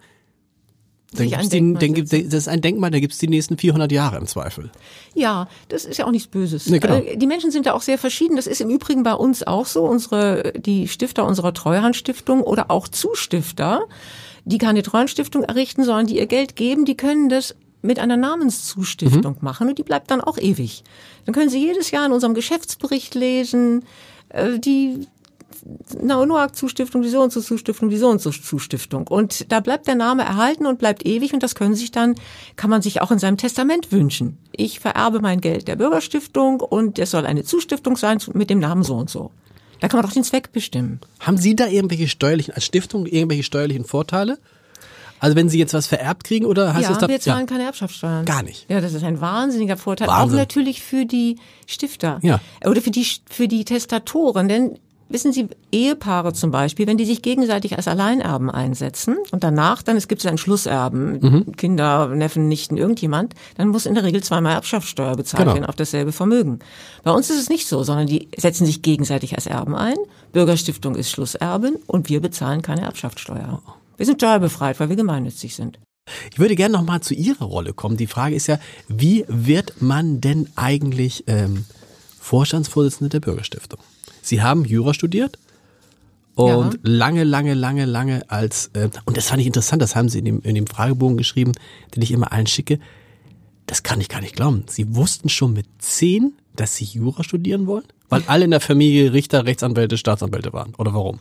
dann gibt's die, dann gibt, das ist ein Denkmal, da gibt es die nächsten vierhundert Jahre im Zweifel. Ja, das ist ja auch nichts Böses. Nee, genau. Die Menschen sind da auch sehr verschieden. Das ist im Übrigen bei uns auch so. Unsere, die Stifter unserer Treuhandstiftung oder auch Zustifter, die keine Treuhandstiftung errichten, sondern die ihr Geld geben, die können das mit einer Namenszustiftung mhm. machen und die bleibt dann auch ewig. Dann können Sie jedes Jahr in unserem Geschäftsbericht lesen, äh, die Noack-Zustiftung, die so und so Zustiftung, die so und so Zustiftung. Und da bleibt der Name erhalten und bleibt ewig und das können sich dann, kann man sich auch in seinem Testament wünschen. Ich vererbe mein Geld der Bürgerstiftung und es soll eine Zustiftung sein mit dem Namen so und so. Da kann man doch den Zweck bestimmen. Haben Sie da irgendwelche steuerlichen, als Stiftung, irgendwelche steuerlichen Vorteile? Also wenn Sie jetzt was vererbt kriegen oder heißt ja, das da? Wir zahlen Ja, keine Erbschaftssteuern. gar nicht. Ja, das ist ein wahnsinniger Vorteil. Wahnsinn. Auch natürlich für die Stifter. Ja. Oder für die, für die Testatoren. Denn wissen Sie, Ehepaare zum Beispiel, wenn die sich gegenseitig als Alleinerben einsetzen und danach, dann es gibt einen Schlusserben, mhm. Kinder, Neffen, Nichten, irgendjemand, dann muss in der Regel zweimal Erbschaftssteuer bezahlt Genau. werden auf dasselbe Vermögen. Bei uns ist es nicht so, sondern die setzen sich gegenseitig als Erben ein. Bürgerstiftung ist Schlusserbin und wir bezahlen keine Erbschaftssteuer. Wir sind steuerbefreit, weil wir gemeinnützig sind. Ich würde gerne noch mal zu Ihrer Rolle kommen. Die Frage ist ja, wie wird man denn eigentlich ähm, Vorstandsvorsitzende der Bürgerstiftung? Sie haben Jura studiert und ja. lange, lange, lange, lange als, äh, und das fand ich interessant, das haben Sie in dem, in dem Fragebogen geschrieben, den ich immer allen schicke. Das kann ich gar nicht glauben. Sie wussten schon mit zehn, dass Sie Jura studieren wollen? Weil alle in der Familie Richter, Rechtsanwälte, Staatsanwälte waren. Oder warum?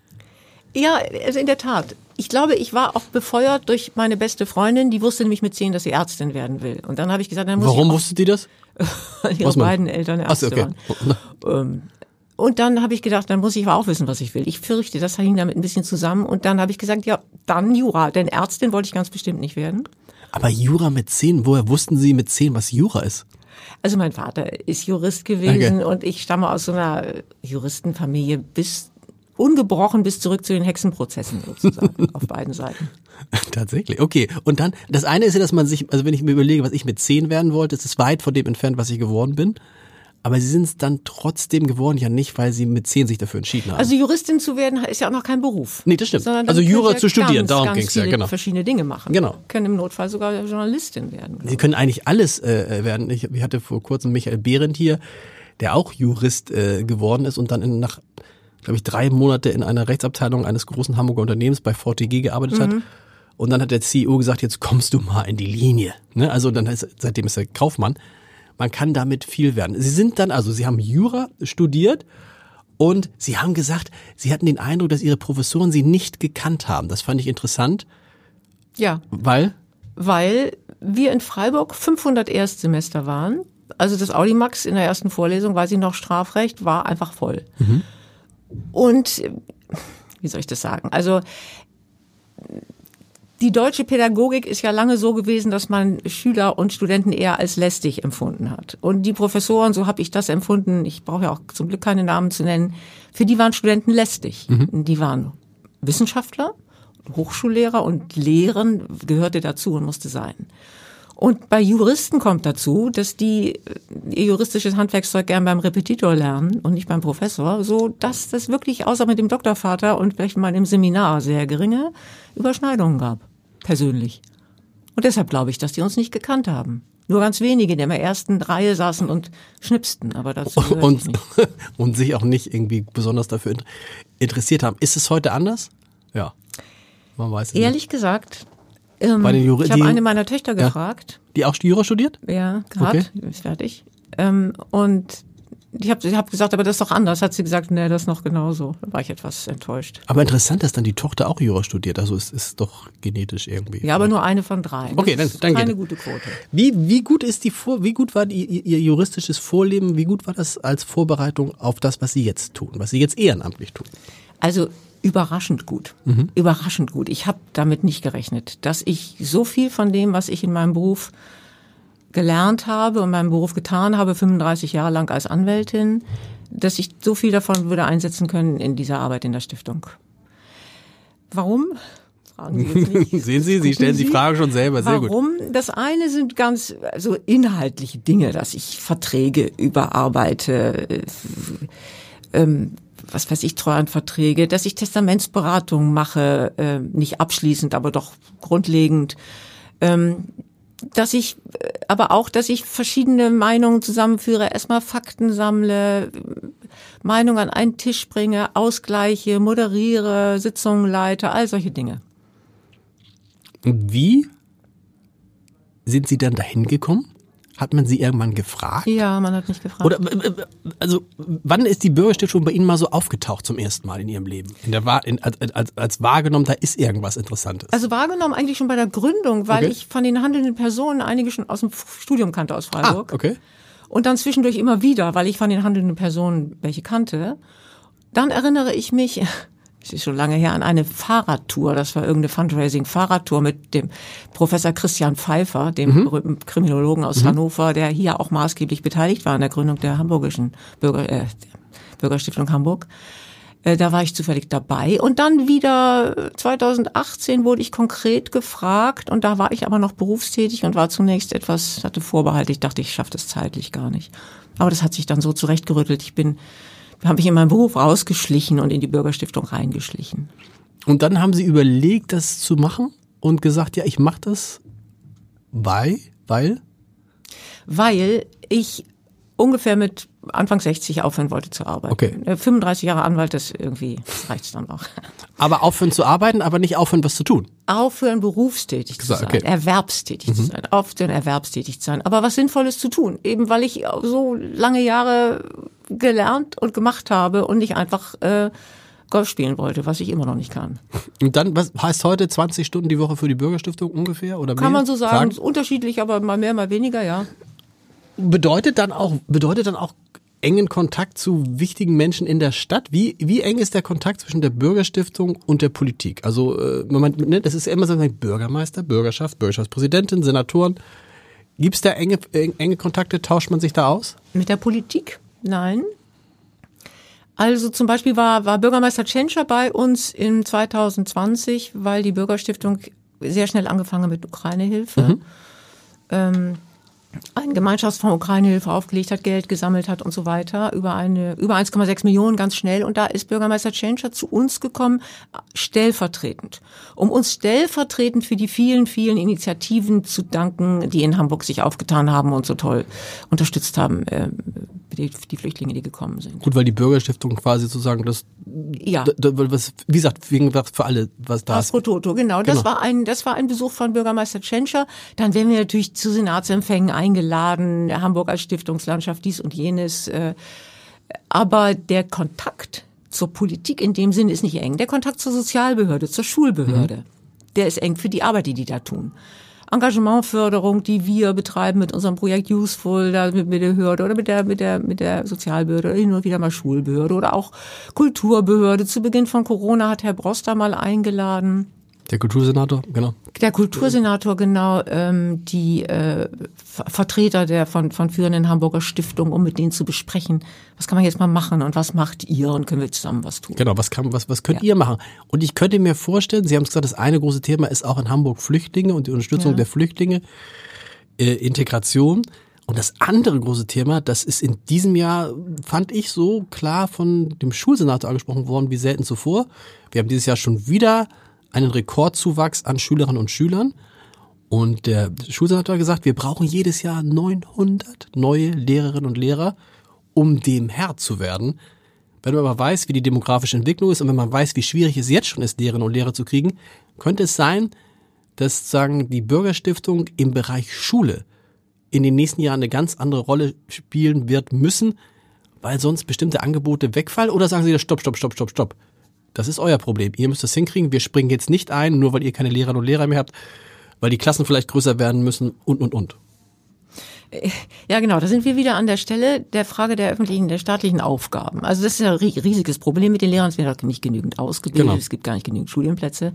Ja, also in der Tat. Ich glaube, ich war auch befeuert durch meine beste Freundin, die wusste nämlich mit zehn, dass sie Ärztin werden will. Und dann habe ich gesagt, dann muss Warum ich wusste die das? weil ihre beiden Eltern Ärzte Ach so, okay. waren. Und dann habe ich gedacht, dann muss ich aber auch wissen, was ich will. Ich fürchte, das hing damit ein bisschen zusammen. Und dann habe ich gesagt, ja, dann Jura. Denn Ärztin wollte ich ganz bestimmt nicht werden. Aber Jura mit zehn, woher wussten Sie mit zehn, was Jura ist? Also mein Vater ist Jurist gewesen okay. und ich stamme aus so einer Juristenfamilie bis ungebrochen bis zurück zu den Hexenprozessen sozusagen auf beiden Seiten. Tatsächlich, okay. Und dann, das eine ist ja, dass man sich, also wenn ich mir überlege, was ich mit zehn werden wollte, ist es weit von dem entfernt, was ich geworden bin. Aber Sie sind es dann trotzdem geworden, ja nicht, weil Sie mit zehn sich dafür entschieden haben. Also Juristin zu werden ist ja auch noch kein Beruf. Nee, das stimmt. Sondern Also Jura ja zu studieren, ganz, darum ganz ging es ja, genau. verschiedene Dinge machen. Genau. Können im Notfall sogar Journalistin werden. Sie können eigentlich alles äh, werden. Ich, ich hatte vor kurzem Michael Behrendt hier, der auch Jurist äh, geworden ist und dann in, nach, glaube ich, drei Monate in einer Rechtsabteilung eines großen Hamburger Unternehmens bei V T G gearbeitet Mhm. hat. Und dann hat der C E O gesagt, jetzt kommst du mal in die Linie. Ne? Also dann heißt, seitdem ist er Kaufmann. Man kann damit viel werden. Sie sind dann, also Sie haben Jura studiert und Sie haben gesagt, Sie hatten den Eindruck, dass Ihre Professoren Sie nicht gekannt haben. Das fand ich interessant. Ja. Weil? Weil wir in Freiburg fünfhundert Erstsemester waren. Also das Audimax in der ersten Vorlesung, weiß ich noch, Strafrecht, war einfach voll. Mhm. Und, wie soll ich das sagen? Also die deutsche Pädagogik ist ja lange so gewesen, dass man Schüler und Studenten eher als lästig empfunden hat. Und die Professoren, so habe ich das empfunden, ich brauche ja auch zum Glück keine Namen zu nennen, für die waren Studenten lästig. Mhm. Die waren Wissenschaftler, Hochschullehrer und Lehren gehörte dazu und musste sein. Und bei Juristen kommt dazu, dass die ihr juristisches Handwerkszeug gern beim Repetitor lernen und nicht beim Professor, so dass das wirklich außer mit dem Doktorvater und vielleicht mal im Seminar sehr geringe Überschneidungen gab, persönlich. Und deshalb glaube ich, dass die uns nicht gekannt haben. Nur ganz wenige, die in der ersten Reihe saßen und schnipsten, aber dazu gehöre und, ich nicht. Und sich auch nicht irgendwie besonders dafür interessiert haben. Ist es heute anders? Ja, man weiß es Ehrlich nicht. gesagt, ähm, Bei den Juri- ich habe die- eine meiner Töchter Ja. gefragt. Die auch Jura studiert? Ja, gerade, Okay. ist fertig. Ähm, und ich habe ich hab gesagt, aber das ist doch anders. Hat sie gesagt, nee, das ist noch genauso. Da war ich etwas enttäuscht. Aber interessant, dass dann die Tochter auch Jura studiert. Also es ist doch genetisch irgendwie. Ja, aber nur eine von drei. Das Okay, dann- ist dann keine geht. gute Quote. Wie, wie gut ist die Vor wie gut war die, ihr juristisches Vorleben, wie gut war das als Vorbereitung auf das, was Sie jetzt tun, was Sie jetzt ehrenamtlich tun? Also überraschend gut. Mhm. Überraschend gut. Ich habe damit nicht gerechnet, dass ich so viel von dem, was ich in meinem Beruf gelernt habe und meinem Beruf getan habe, fünfunddreißig Jahre lang als Anwältin, dass ich so viel davon würde einsetzen können in dieser Arbeit in der Stiftung. Warum? Fragen Sie jetzt nicht. Sehen Sie, Sie stellen die Frage schon selber, sehr gut. Warum? Das eine sind ganz also inhaltliche Dinge, dass ich Verträge überarbeite, äh, ähm, was weiß ich, Treuhandverträge, dass ich Testamentsberatungen mache, äh, nicht abschließend, aber doch grundlegend. Ähm, dass ich, äh, aber auch, dass ich verschiedene Meinungen zusammenführe, erstmal Fakten sammle, Meinungen an einen Tisch bringe, ausgleiche, moderiere, Sitzungen leite, all solche Dinge. Und wie sind Sie dann dahin gekommen? Hat man Sie irgendwann gefragt? Ja, man hat mich gefragt. Oder äh, also wann ist die Bürgerstiftung bei Ihnen mal so aufgetaucht zum ersten Mal in Ihrem Leben? In der Wahr- in, als, als, als wahrgenommen, da ist irgendwas Interessantes. Also wahrgenommen eigentlich schon bei der Gründung, weil Okay. ich von den handelnden Personen einige schon aus dem Studium kannte aus Freiburg. Ah, okay. Und dann zwischendurch immer wieder, weil ich von den handelnden Personen welche kannte. Dann erinnere ich mich, es ist schon lange her, an eine Fahrradtour. Das war irgendeine Fundraising-Fahrradtour mit dem Professor Christian Pfeiffer, dem Mhm. berühmten Kriminologen aus mhm. Hannover, der hier auch maßgeblich beteiligt war an der Gründung der hamburgischen Bürger, äh, Bürgerstiftung Hamburg. Äh, da war ich zufällig dabei. Und dann wieder zweitausendachtzehn wurde ich konkret gefragt und da war ich aber noch berufstätig und war zunächst etwas, hatte Vorbehalte. Ich dachte, ich schaffe das zeitlich gar nicht. Aber das hat sich dann so zurechtgerüttelt. Ich bin habe mich in meinem Beruf rausgeschlichen und in die Bürgerstiftung reingeschlichen. Und dann haben Sie überlegt, das zu machen und gesagt, ja, ich mache das, weil, weil? Weil ich ungefähr mit Anfang sechzig aufhören wollte zu arbeiten. Okay. fünfunddreißig Jahre Anwalt, das irgendwie reicht's dann auch. Aber aufhören zu arbeiten, aber nicht aufhören, was zu tun. Aufhören, berufstätig zu sein, Okay. erwerbstätig mhm. zu sein, aufhören, erwerbstätig zu sein, aber was Sinnvolles zu tun, eben weil ich so lange Jahre gelernt und gemacht habe und nicht einfach äh, Golf spielen wollte, was ich immer noch nicht kann. Und dann, was heißt heute zwanzig Stunden die Woche für die Bürgerstiftung ungefähr oder mehr? Kann man so sagen, ist unterschiedlich, aber mal mehr, mal weniger, ja. Bedeutet dann auch, bedeutet dann auch engen Kontakt zu wichtigen Menschen in der Stadt? Wie, wie eng ist der Kontakt zwischen der Bürgerstiftung und der Politik? Also, äh, man, ne, das ist ja immer so, Bürgermeister, Bürgerschaft, Bürgerschaftspräsidentin, Senatoren. Gibt es da enge, enge Kontakte? Tauscht man sich da aus? Mit der Politik? Nein. Also zum Beispiel war, war Bürgermeister Tschentscher bei uns in zweitausendzwanzig, weil die Bürgerstiftung sehr schnell angefangen hat mit Ukraine-Hilfe. Mhm. Ähm, einen Gemeinschaftsfonds Ukraine-Hilfe aufgelegt hat, Geld gesammelt hat und so weiter, über eine über eins Komma sechs Millionen ganz schnell. Und da ist Bürgermeister Tschentscher zu uns gekommen, stellvertretend, um uns stellvertretend für die vielen, vielen Initiativen zu danken, die in Hamburg sich aufgetan haben und so toll unterstützt haben, äh, die, die Flüchtlinge, die gekommen sind. Gut, weil die Bürgerstiftung quasi sozusagen das, ja. d- d- was, wie gesagt, wegen was für alle, was da Das ist. pro Toto, genau. Das Genau. war ein, das war ein Besuch von Bürgermeister Tschentscher. Dann werden wir natürlich zu Senatsempfängen eingeladen, Hamburg als Stiftungslandschaft, dies und jenes. äh, Aber der Kontakt zur Politik in dem Sinne ist nicht eng. Der Kontakt zur Sozialbehörde, zur Schulbehörde, mhm. der ist eng für die Arbeit, die die da tun. Engagementförderung, die wir betreiben mit unserem Projekt Useful, da mit, mit der Behörde oder mit der, mit der, mit der Sozialbehörde oder hin und wieder mal Schulbehörde oder auch Kulturbehörde. Zu Beginn von Corona hat Herr Broster mal eingeladen. Der Kultursenator, genau. Der Kultursenator, genau, ähm, die äh, Ver- Vertreter der von, von führenden Hamburger Stiftungen, um mit denen zu besprechen, was kann man jetzt mal machen und was macht ihr und können wir zusammen was tun. Genau, was, kann, was, was könnt Ja. ihr machen? Und ich könnte mir vorstellen, Sie haben es gesagt, das eine große Thema ist auch in Hamburg Flüchtlinge und die Unterstützung Ja. der Flüchtlinge, äh, Integration. Und das andere große Thema, das ist in diesem Jahr, fand ich, so klar von dem Schulsenator angesprochen worden wie selten zuvor. Wir haben dieses Jahr schon wieder einen Rekordzuwachs an Schülerinnen und Schülern. Und der Schulsenator hat gesagt, wir brauchen jedes Jahr neunhundert neue Lehrerinnen und Lehrer, um dem Herr zu werden. Wenn man aber weiß, wie die demografische Entwicklung ist und wenn man weiß, wie schwierig es jetzt schon ist, Lehrerinnen und Lehrer zu kriegen, könnte es sein, dass sagen die Bürgerstiftung im Bereich Schule in den nächsten Jahren eine ganz andere Rolle spielen wird müssen, weil sonst bestimmte Angebote wegfallen? Oder sagen Sie, stopp, stopp, stopp, stopp, stopp. Das ist euer Problem. Ihr müsst das hinkriegen. Wir springen jetzt nicht ein, nur weil ihr keine Lehrerinnen und Lehrer mehr habt, weil die Klassen vielleicht größer werden müssen und, und, und. Ja, genau. Da sind wir wieder an der Stelle der Frage der öffentlichen, der staatlichen Aufgaben. Also das ist ja ein riesiges Problem mit den Lehrern. Es wird nicht genügend ausgebildet. Genau. Es gibt gar nicht genügend Studienplätze.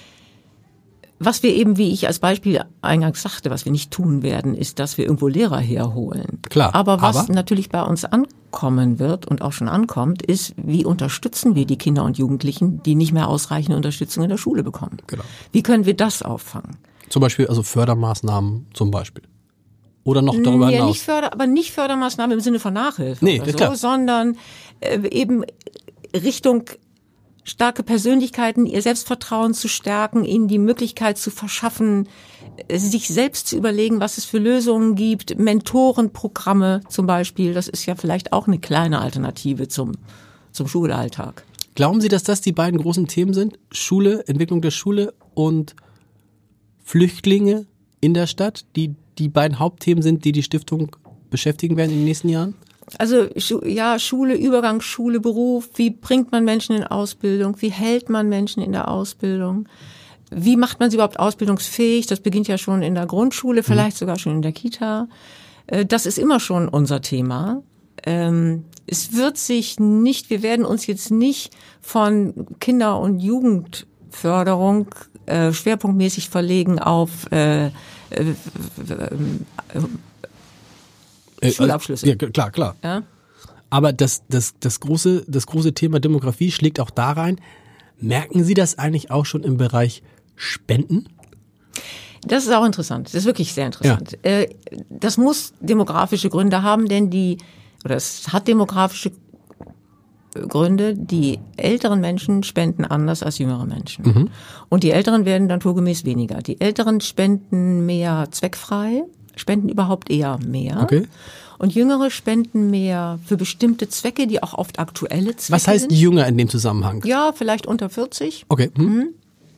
Was wir eben, wie ich als Beispiel eingangs sagte, was wir nicht tun werden, ist, dass wir irgendwo Lehrer herholen. Klar, Aber was aber? natürlich bei uns ankommen wird und auch schon ankommt, ist, wie unterstützen wir die Kinder und Jugendlichen, die nicht mehr ausreichende Unterstützung in der Schule bekommen? Genau. Wie können wir das auffangen? Zum Beispiel, also Fördermaßnahmen zum Beispiel. Oder noch darüber ja, hinaus. nicht Förder, aber nicht Fördermaßnahmen im Sinne von Nachhilfe Nee, oder so, klar. sondern äh, eben Richtung starke Persönlichkeiten, ihr Selbstvertrauen zu stärken, ihnen die Möglichkeit zu verschaffen, äh, sich selbst zu überlegen, was es für Lösungen gibt, Mentorenprogramme zum Beispiel, das ist ja vielleicht auch eine kleine Alternative zum, zum Schulalltag. Glauben Sie, dass das die beiden großen Themen sind? Schule, Entwicklung der Schule und Flüchtlinge in der Stadt, die die beiden Hauptthemen sind, die die Stiftung beschäftigen werden in den nächsten Jahren? Also ja, Schule, Übergang, Schule, Beruf, wie bringt man Menschen in Ausbildung, wie hält man Menschen in der Ausbildung, wie macht man sie überhaupt ausbildungsfähig, das beginnt ja schon in der Grundschule, vielleicht sogar schon in der Kita. Das ist immer schon unser Thema. Es wird sich nicht, wir werden uns jetzt nicht von Kinder- und Jugendförderung äh, schwerpunktmäßig verlegen auf äh, äh, äh, Schulabschlüsse. Ja, klar, klar. Ja? Aber das, das, das, große, das große Thema Demografie schlägt auch da rein. Merken Sie das eigentlich auch schon im Bereich Spenden? Das ist auch interessant. Das ist wirklich sehr interessant. Ja. Äh, das muss demografische Gründe haben, denn die, oder es hat demografische Gründe, die älteren Menschen spenden anders als jüngere Menschen. Mhm. Und die Älteren werden naturgemäß weniger. Die Älteren spenden mehr zweckfrei, spenden überhaupt eher mehr. Okay. Und Jüngere spenden mehr für bestimmte Zwecke, die auch oft aktuelle Zwecke sind. Was heißt sind. jünger in dem Zusammenhang? Ja, vielleicht unter vierzig. Okay. Hm. Mhm.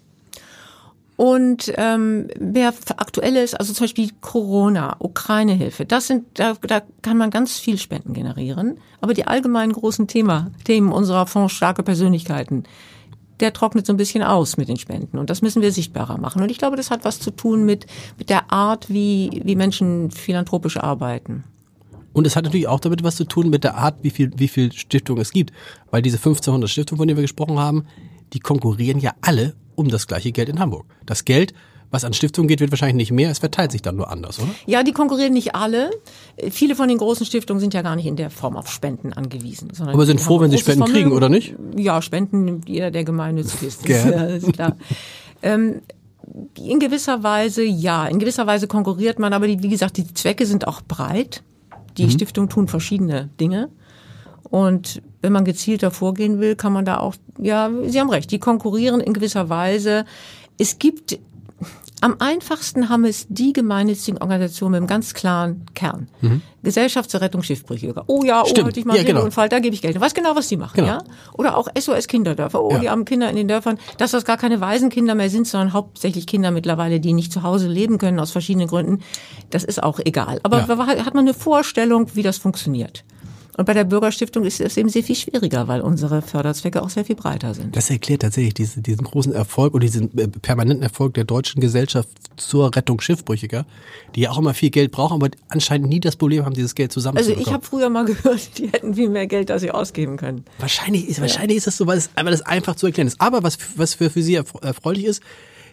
Und ähm, wer aktuelles, also zum Beispiel Corona, Ukraine-Hilfe, das sind, da, da kann man ganz viel Spenden generieren. Aber die allgemeinen großen Thema, Themen unserer Fonds starke Persönlichkeiten, der trocknet so ein bisschen aus mit den Spenden. Und das müssen wir sichtbarer machen. Und ich glaube, das hat was zu tun mit, mit der Art, wie, wie Menschen philanthropisch arbeiten. Und es hat natürlich auch damit was zu tun mit der Art, wie viel, wie viel Stiftungen es gibt. Weil diese fünfzehnhundert Stiftungen, von denen wir gesprochen haben, die konkurrieren ja alle um das gleiche Geld in Hamburg. Das Geld, was an Stiftungen geht, wird wahrscheinlich nicht mehr. Es verteilt sich dann nur anders, oder? Ja, die konkurrieren nicht alle. Viele von den großen Stiftungen sind ja gar nicht in der Form auf Spenden angewiesen. Sondern aber sind froh, wenn sie Spenden Vermögen kriegen, oder nicht? Ja, Spenden nimmt jeder, der gemeinnützig ist. Gern. Ja, ist klar. ähm, in gewisser Weise, ja. In gewisser Weise konkurriert man, aber die, wie gesagt, die Zwecke sind auch breit. Die mhm. Stiftungen tun verschiedene Dinge. Und wenn man gezielter vorgehen will, kann man da auch, ja, Sie haben recht, die konkurrieren in gewisser Weise. Es gibt, am einfachsten haben es die gemeinnützigen Organisationen mit einem ganz klaren Kern. Mhm. Gesellschaft zur Rettung Schiffbrüchiger. Oh ja, oh, Stimmt. hatte ich mal ja, einen genau. Unfall, da gebe ich Geld. Ich weiß genau, was die machen, genau. ja? Oder auch S O S Kinderdörfer. Oh, ja. die armen Kinder in den Dörfern. Dass das gar keine Waisenkinder mehr sind, sondern hauptsächlich Kinder mittlerweile, die nicht zu Hause leben können aus verschiedenen Gründen. Das ist auch egal. Aber ja. hat man eine Vorstellung, wie das funktioniert? Und bei der Bürgerstiftung ist es eben sehr viel schwieriger, weil unsere Förderzwecke auch sehr viel breiter sind. Das erklärt tatsächlich diese, diesen großen Erfolg und diesen permanenten Erfolg der Deutschen Gesellschaft zur Rettung Schiffbrüchiger, die ja auch immer viel Geld brauchen, aber anscheinend nie das Problem haben, dieses Geld zusammenzubekommen. Also ich habe früher mal gehört, die hätten viel mehr Geld, als sie ausgeben können. Wahrscheinlich ist, ja. wahrscheinlich ist das so, weil es, weil es einfach zu erklären ist. Aber was, was für, für Sie erfreulich ist,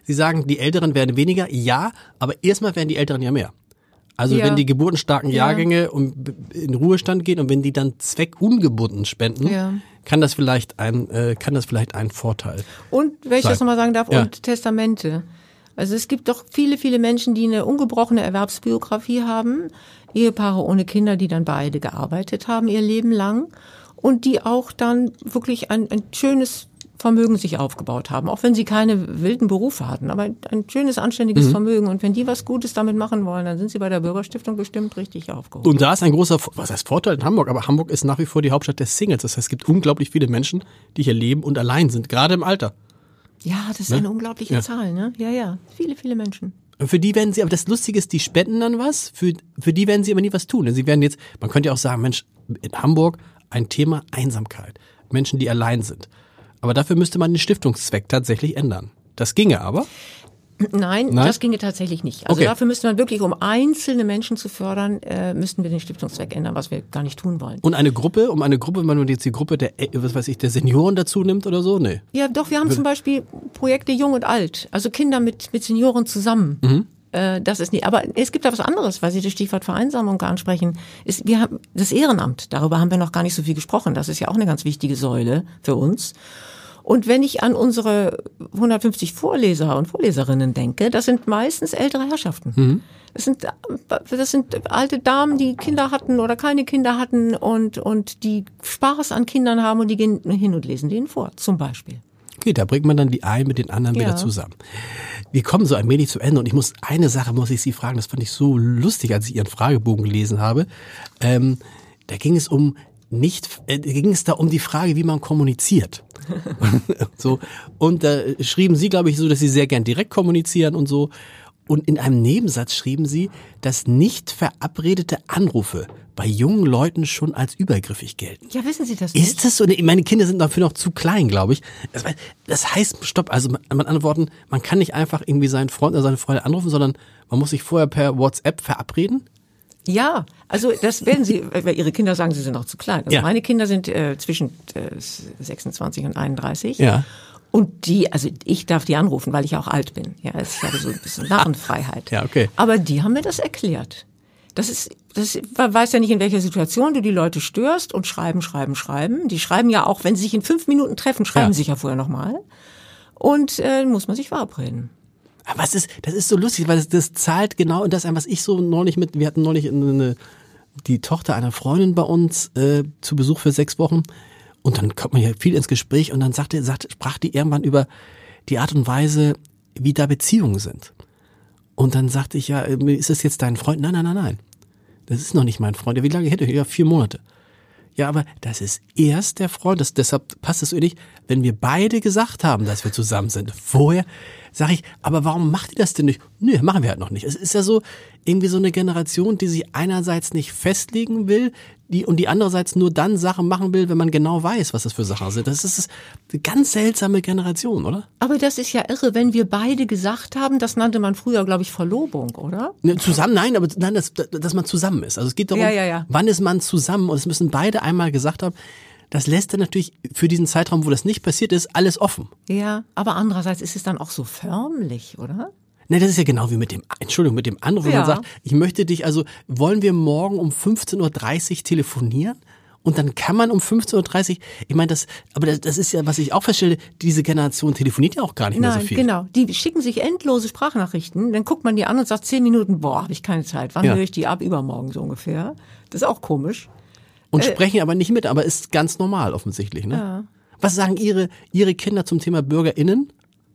Sie sagen, die Älteren werden weniger, ja, aber erstmal werden die Älteren ja mehr. Also Ja. wenn die geburtenstarken Ja. Jahrgänge um, in Ruhestand gehen und wenn die dann zweckungebunden spenden, Ja. kann das vielleicht ein, äh, kann das vielleicht ein Vorteil. Und, wenn ich Sein. das nochmal sagen darf, Ja. und Testamente. Also es gibt doch viele, viele Menschen, die eine ungebrochene Erwerbsbiografie haben, Ehepaare ohne Kinder, die dann beide gearbeitet haben ihr Leben lang und die auch dann wirklich ein, ein schönes Vermögen sich aufgebaut haben, auch wenn sie keine wilden Berufe hatten, aber ein schönes, anständiges Mhm. Vermögen. Und wenn die was Gutes damit machen wollen, dann sind sie bei der Bürgerstiftung bestimmt richtig aufgehoben. Und da ist ein großer, was heißt Vorteil in Hamburg, aber Hamburg ist nach wie vor die Hauptstadt der Singles. Das heißt, es gibt unglaublich viele Menschen, die hier leben und allein sind, gerade im Alter. Ja, das ist Ne? eine unglaubliche Ja. Zahl, ne? Ja, ja, viele, viele Menschen. Und für die werden sie, aber das Lustige ist, die spenden dann was, für, für die werden sie aber nie was tun. Sie werden jetzt, man könnte ja auch sagen, Mensch, in Hamburg ein Thema Einsamkeit. Menschen, die allein sind. Aber dafür müsste man den Stiftungszweck tatsächlich ändern. Das ginge aber. Nein, Nein? das ginge tatsächlich nicht. Also Okay. dafür müsste man wirklich, um einzelne Menschen zu fördern, äh, müssten wir den Stiftungszweck ändern, was wir gar nicht tun wollen. Und eine Gruppe, um eine Gruppe, wenn man jetzt die Gruppe der, äh, was weiß ich, der Senioren dazu nimmt oder so, nee. Ja, doch, wir haben zum Beispiel Projekte Jung und Alt, also Kinder mit, mit Senioren zusammen. Mhm. Äh, das ist nicht, aber es gibt da was anderes, weil Sie das Stichwort Vereinsamung ansprechen. Ist, wir haben das Ehrenamt, darüber haben wir noch gar nicht so viel gesprochen. Das ist ja auch eine ganz wichtige Säule für uns. Und wenn ich an unsere hundertfünfzig Vorleser und Vorleserinnen denke, das sind meistens ältere Herrschaften. Mhm. Das sind, das sind alte Damen, die Kinder hatten oder keine Kinder hatten und, und die Spaß an Kindern haben und die gehen hin und lesen denen vor, zum Beispiel. Okay, da bringt man dann die einen mit den anderen Ja. wieder zusammen. Wir kommen so allmählich zu Ende und ich muss, eine Sache muss ich Sie fragen, das fand ich so lustig, als ich Ihren Fragebogen gelesen habe. Ähm, da ging es um nicht, äh, ging es da um die Frage, wie man kommuniziert. so. Und da schrieben Sie, glaube ich, so, dass Sie sehr gern direkt kommunizieren und so. Und in einem Nebensatz schrieben Sie, dass nicht verabredete Anrufe bei jungen Leuten schon als übergriffig gelten. Ja, wissen Sie das nicht? Ist das so? Nee, meine Kinder sind dafür noch zu klein, glaube ich. Das, das heißt, stopp, also mit anderen Worten, man kann nicht einfach irgendwie seinen Freund oder seine Freundin anrufen, sondern man muss sich vorher per WhatsApp verabreden. Ja, also das werden Sie, weil Ihre Kinder sagen, sie sind noch zu klein. Also Ja. meine Kinder sind äh, zwischen äh, sechsundzwanzig und einunddreißig. Ja. Und die, also ich darf die anrufen, weil ich auch alt bin. Ja, ich habe so ein bisschen Narrenfreiheit. Ja, okay. Aber die haben mir das erklärt. Das ist, das man weiß ja nicht, in welcher Situation du die Leute störst und schreiben, schreiben, schreiben. Die schreiben ja auch, wenn sie sich in fünf Minuten treffen, schreiben Ja. sie sich ja vorher nochmal. Und äh, muss man sich verabreden. Aber was ist, das ist so lustig, weil das, das zahlt genau in das ein, was ich so neulich mit, wir hatten neulich eine, die Tochter einer Freundin bei uns äh, zu Besuch für sechs Wochen und dann kommt man ja viel ins Gespräch und dann sagte, sagte, sprach die irgendwann über die Art und Weise, wie da Beziehungen sind. Und dann sagte ich, ja, ist das jetzt dein Freund? Nein, nein, nein, nein. Das ist noch nicht mein Freund. Ja, wie lange hätte ich? Ja, vier Monate. Ja, aber das ist erst der Freund. Das, deshalb passt es so ähnlich, wenn wir beide gesagt haben, dass wir zusammen sind. Vorher sage ich, aber warum macht ihr das denn nicht? Nö, machen wir halt noch nicht. Es ist ja so irgendwie so eine Generation, die sich einerseits nicht festlegen will, die und die andererseits nur dann Sachen machen will, wenn man genau weiß, was das für Sachen sind. Das ist eine ganz seltsame Generation, oder? Aber das ist ja irre, wenn wir beide gesagt haben, das nannte man früher, glaube ich, Verlobung, oder? Ne, zusammen, nein, aber nein, dass, dass man zusammen ist. Also es geht darum, Ja, ja, ja. wann ist man zusammen und es müssen beide einmal gesagt haben. Das lässt dann natürlich für diesen Zeitraum, wo das nicht passiert ist, alles offen. Ja, aber andererseits ist es dann auch so förmlich, oder? Ne, das ist ja genau wie mit dem, Entschuldigung, mit dem Anruf, wenn Ja. man sagt, ich möchte dich, also wollen wir morgen um fünfzehn Uhr dreißig telefonieren? Und dann kann man um fünfzehn Uhr dreißig, ich meine, das, aber das, das ist ja, was ich auch feststelle, diese Generation telefoniert ja auch gar nicht mehr Nein, so viel. genau. Die schicken sich endlose Sprachnachrichten, dann guckt man die an und sagt zehn Minuten, boah, habe ich keine Zeit. Wann Ja. höre ich die ab? Übermorgen so ungefähr. Das ist auch komisch. Und sprechen aber nicht mit, aber ist ganz normal offensichtlich, ne? Ja. Was sagen Ihre, Ihre Kinder zum Thema BürgerInnen?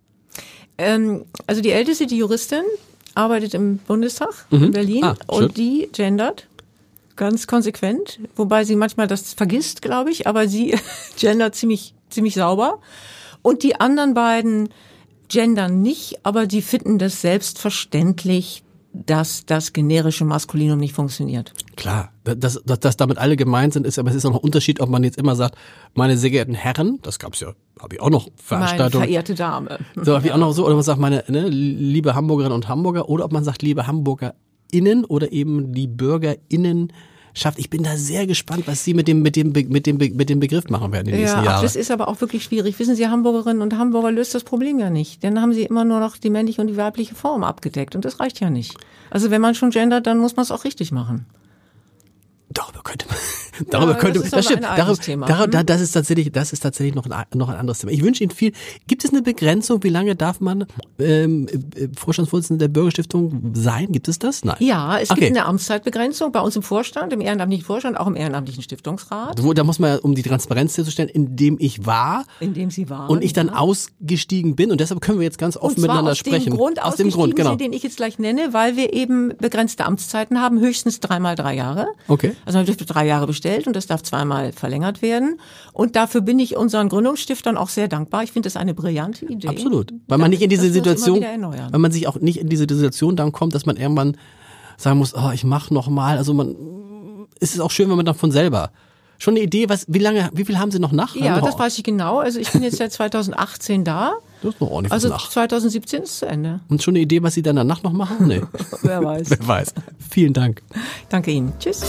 Ähm, also die Älteste, die Juristin, arbeitet im Bundestag in Berlin Ah, schön. und die gendert ganz konsequent, wobei sie manchmal das vergisst, glaube ich, aber sie gendert ziemlich, ziemlich sauber. Und die anderen beiden gendern nicht, aber die finden das selbstverständlich, dass das generische Maskulinum nicht funktioniert. Klar, dass, dass, dass damit alle gemeint sind, ist, aber es ist noch ein Unterschied, ob man jetzt immer sagt, meine sehr geehrten Herren, das gab's ja, habe ich auch noch Meine Veranstaltungen. verehrte Dame. So habe ich auch noch so, oder man sagt meine ne, liebe Hamburgerinnen und Hamburger, oder ob man sagt liebe HamburgerInnen oder eben die BürgerInnen schafft. Ich bin da sehr gespannt, was Sie mit dem, mit dem, mit dem, mit dem Begriff machen werden in den nächsten ja, Jahren. Das ist aber auch wirklich schwierig. Wissen Sie, Hamburgerinnen und Hamburger löst das Problem ja nicht. Denn dann haben sie immer nur noch die männliche und die weibliche Form abgedeckt. Und das reicht ja nicht. Also wenn man schon gendert, dann muss man es auch richtig machen. Darüber könnte man, darüber ja, könnte das, ist das stimmt, ein darüber, Thema. darüber, das ist tatsächlich, das ist tatsächlich noch ein, noch ein anderes Thema. Ich wünsche Ihnen viel. Gibt es eine Begrenzung, wie lange darf man ähm, Vorstandsvorsitzender der Bürgerstiftung sein? Gibt es das? Nein. Ja, es okay. gibt eine Amtszeitbegrenzung bei uns im Vorstand, im ehrenamtlichen Vorstand, auch im ehrenamtlichen Stiftungsrat. So, da muss man, um die Transparenz herzustellen, in dem ich war, in dem Sie waren, und ich dann ja. ausgestiegen bin, und deshalb können wir jetzt ganz offen und zwar miteinander aus sprechen. Dem Grund, aus dem Grund, genau. Sind, den ich jetzt gleich nenne, weil wir eben begrenzte Amtszeiten haben, höchstens dreimal drei Jahre. Okay. Also man dürfte drei Jahre bestellt und das darf zweimal verlängert werden. Und dafür bin ich unseren Gründungsstiftern auch sehr dankbar. Ich finde das eine brillante Idee. Absolut. Weil man nicht in diese Situation, weil man sich auch nicht in diese Situation dann kommt, dass man irgendwann sagen muss, oh, ich mach noch mal. Also man, es ist auch schön, wenn man dann von selber. Schon eine Idee, was, wie lange, wie viel haben Sie noch nach? Ja, noch das weiß ich genau. Also ich bin jetzt seit zweitausendachtzehn da. Das ist noch ordentlich Also was nach. zweitausendsiebzehn ist zu Ende. Und schon eine Idee, was Sie dann danach noch machen? Nee. Wer weiß. Wer weiß. Vielen Dank. Danke Ihnen. Tschüss.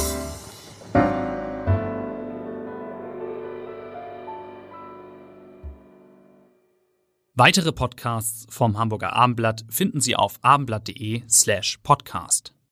Weitere Podcasts vom Hamburger Abendblatt finden Sie auf abendblatt.de slash podcast.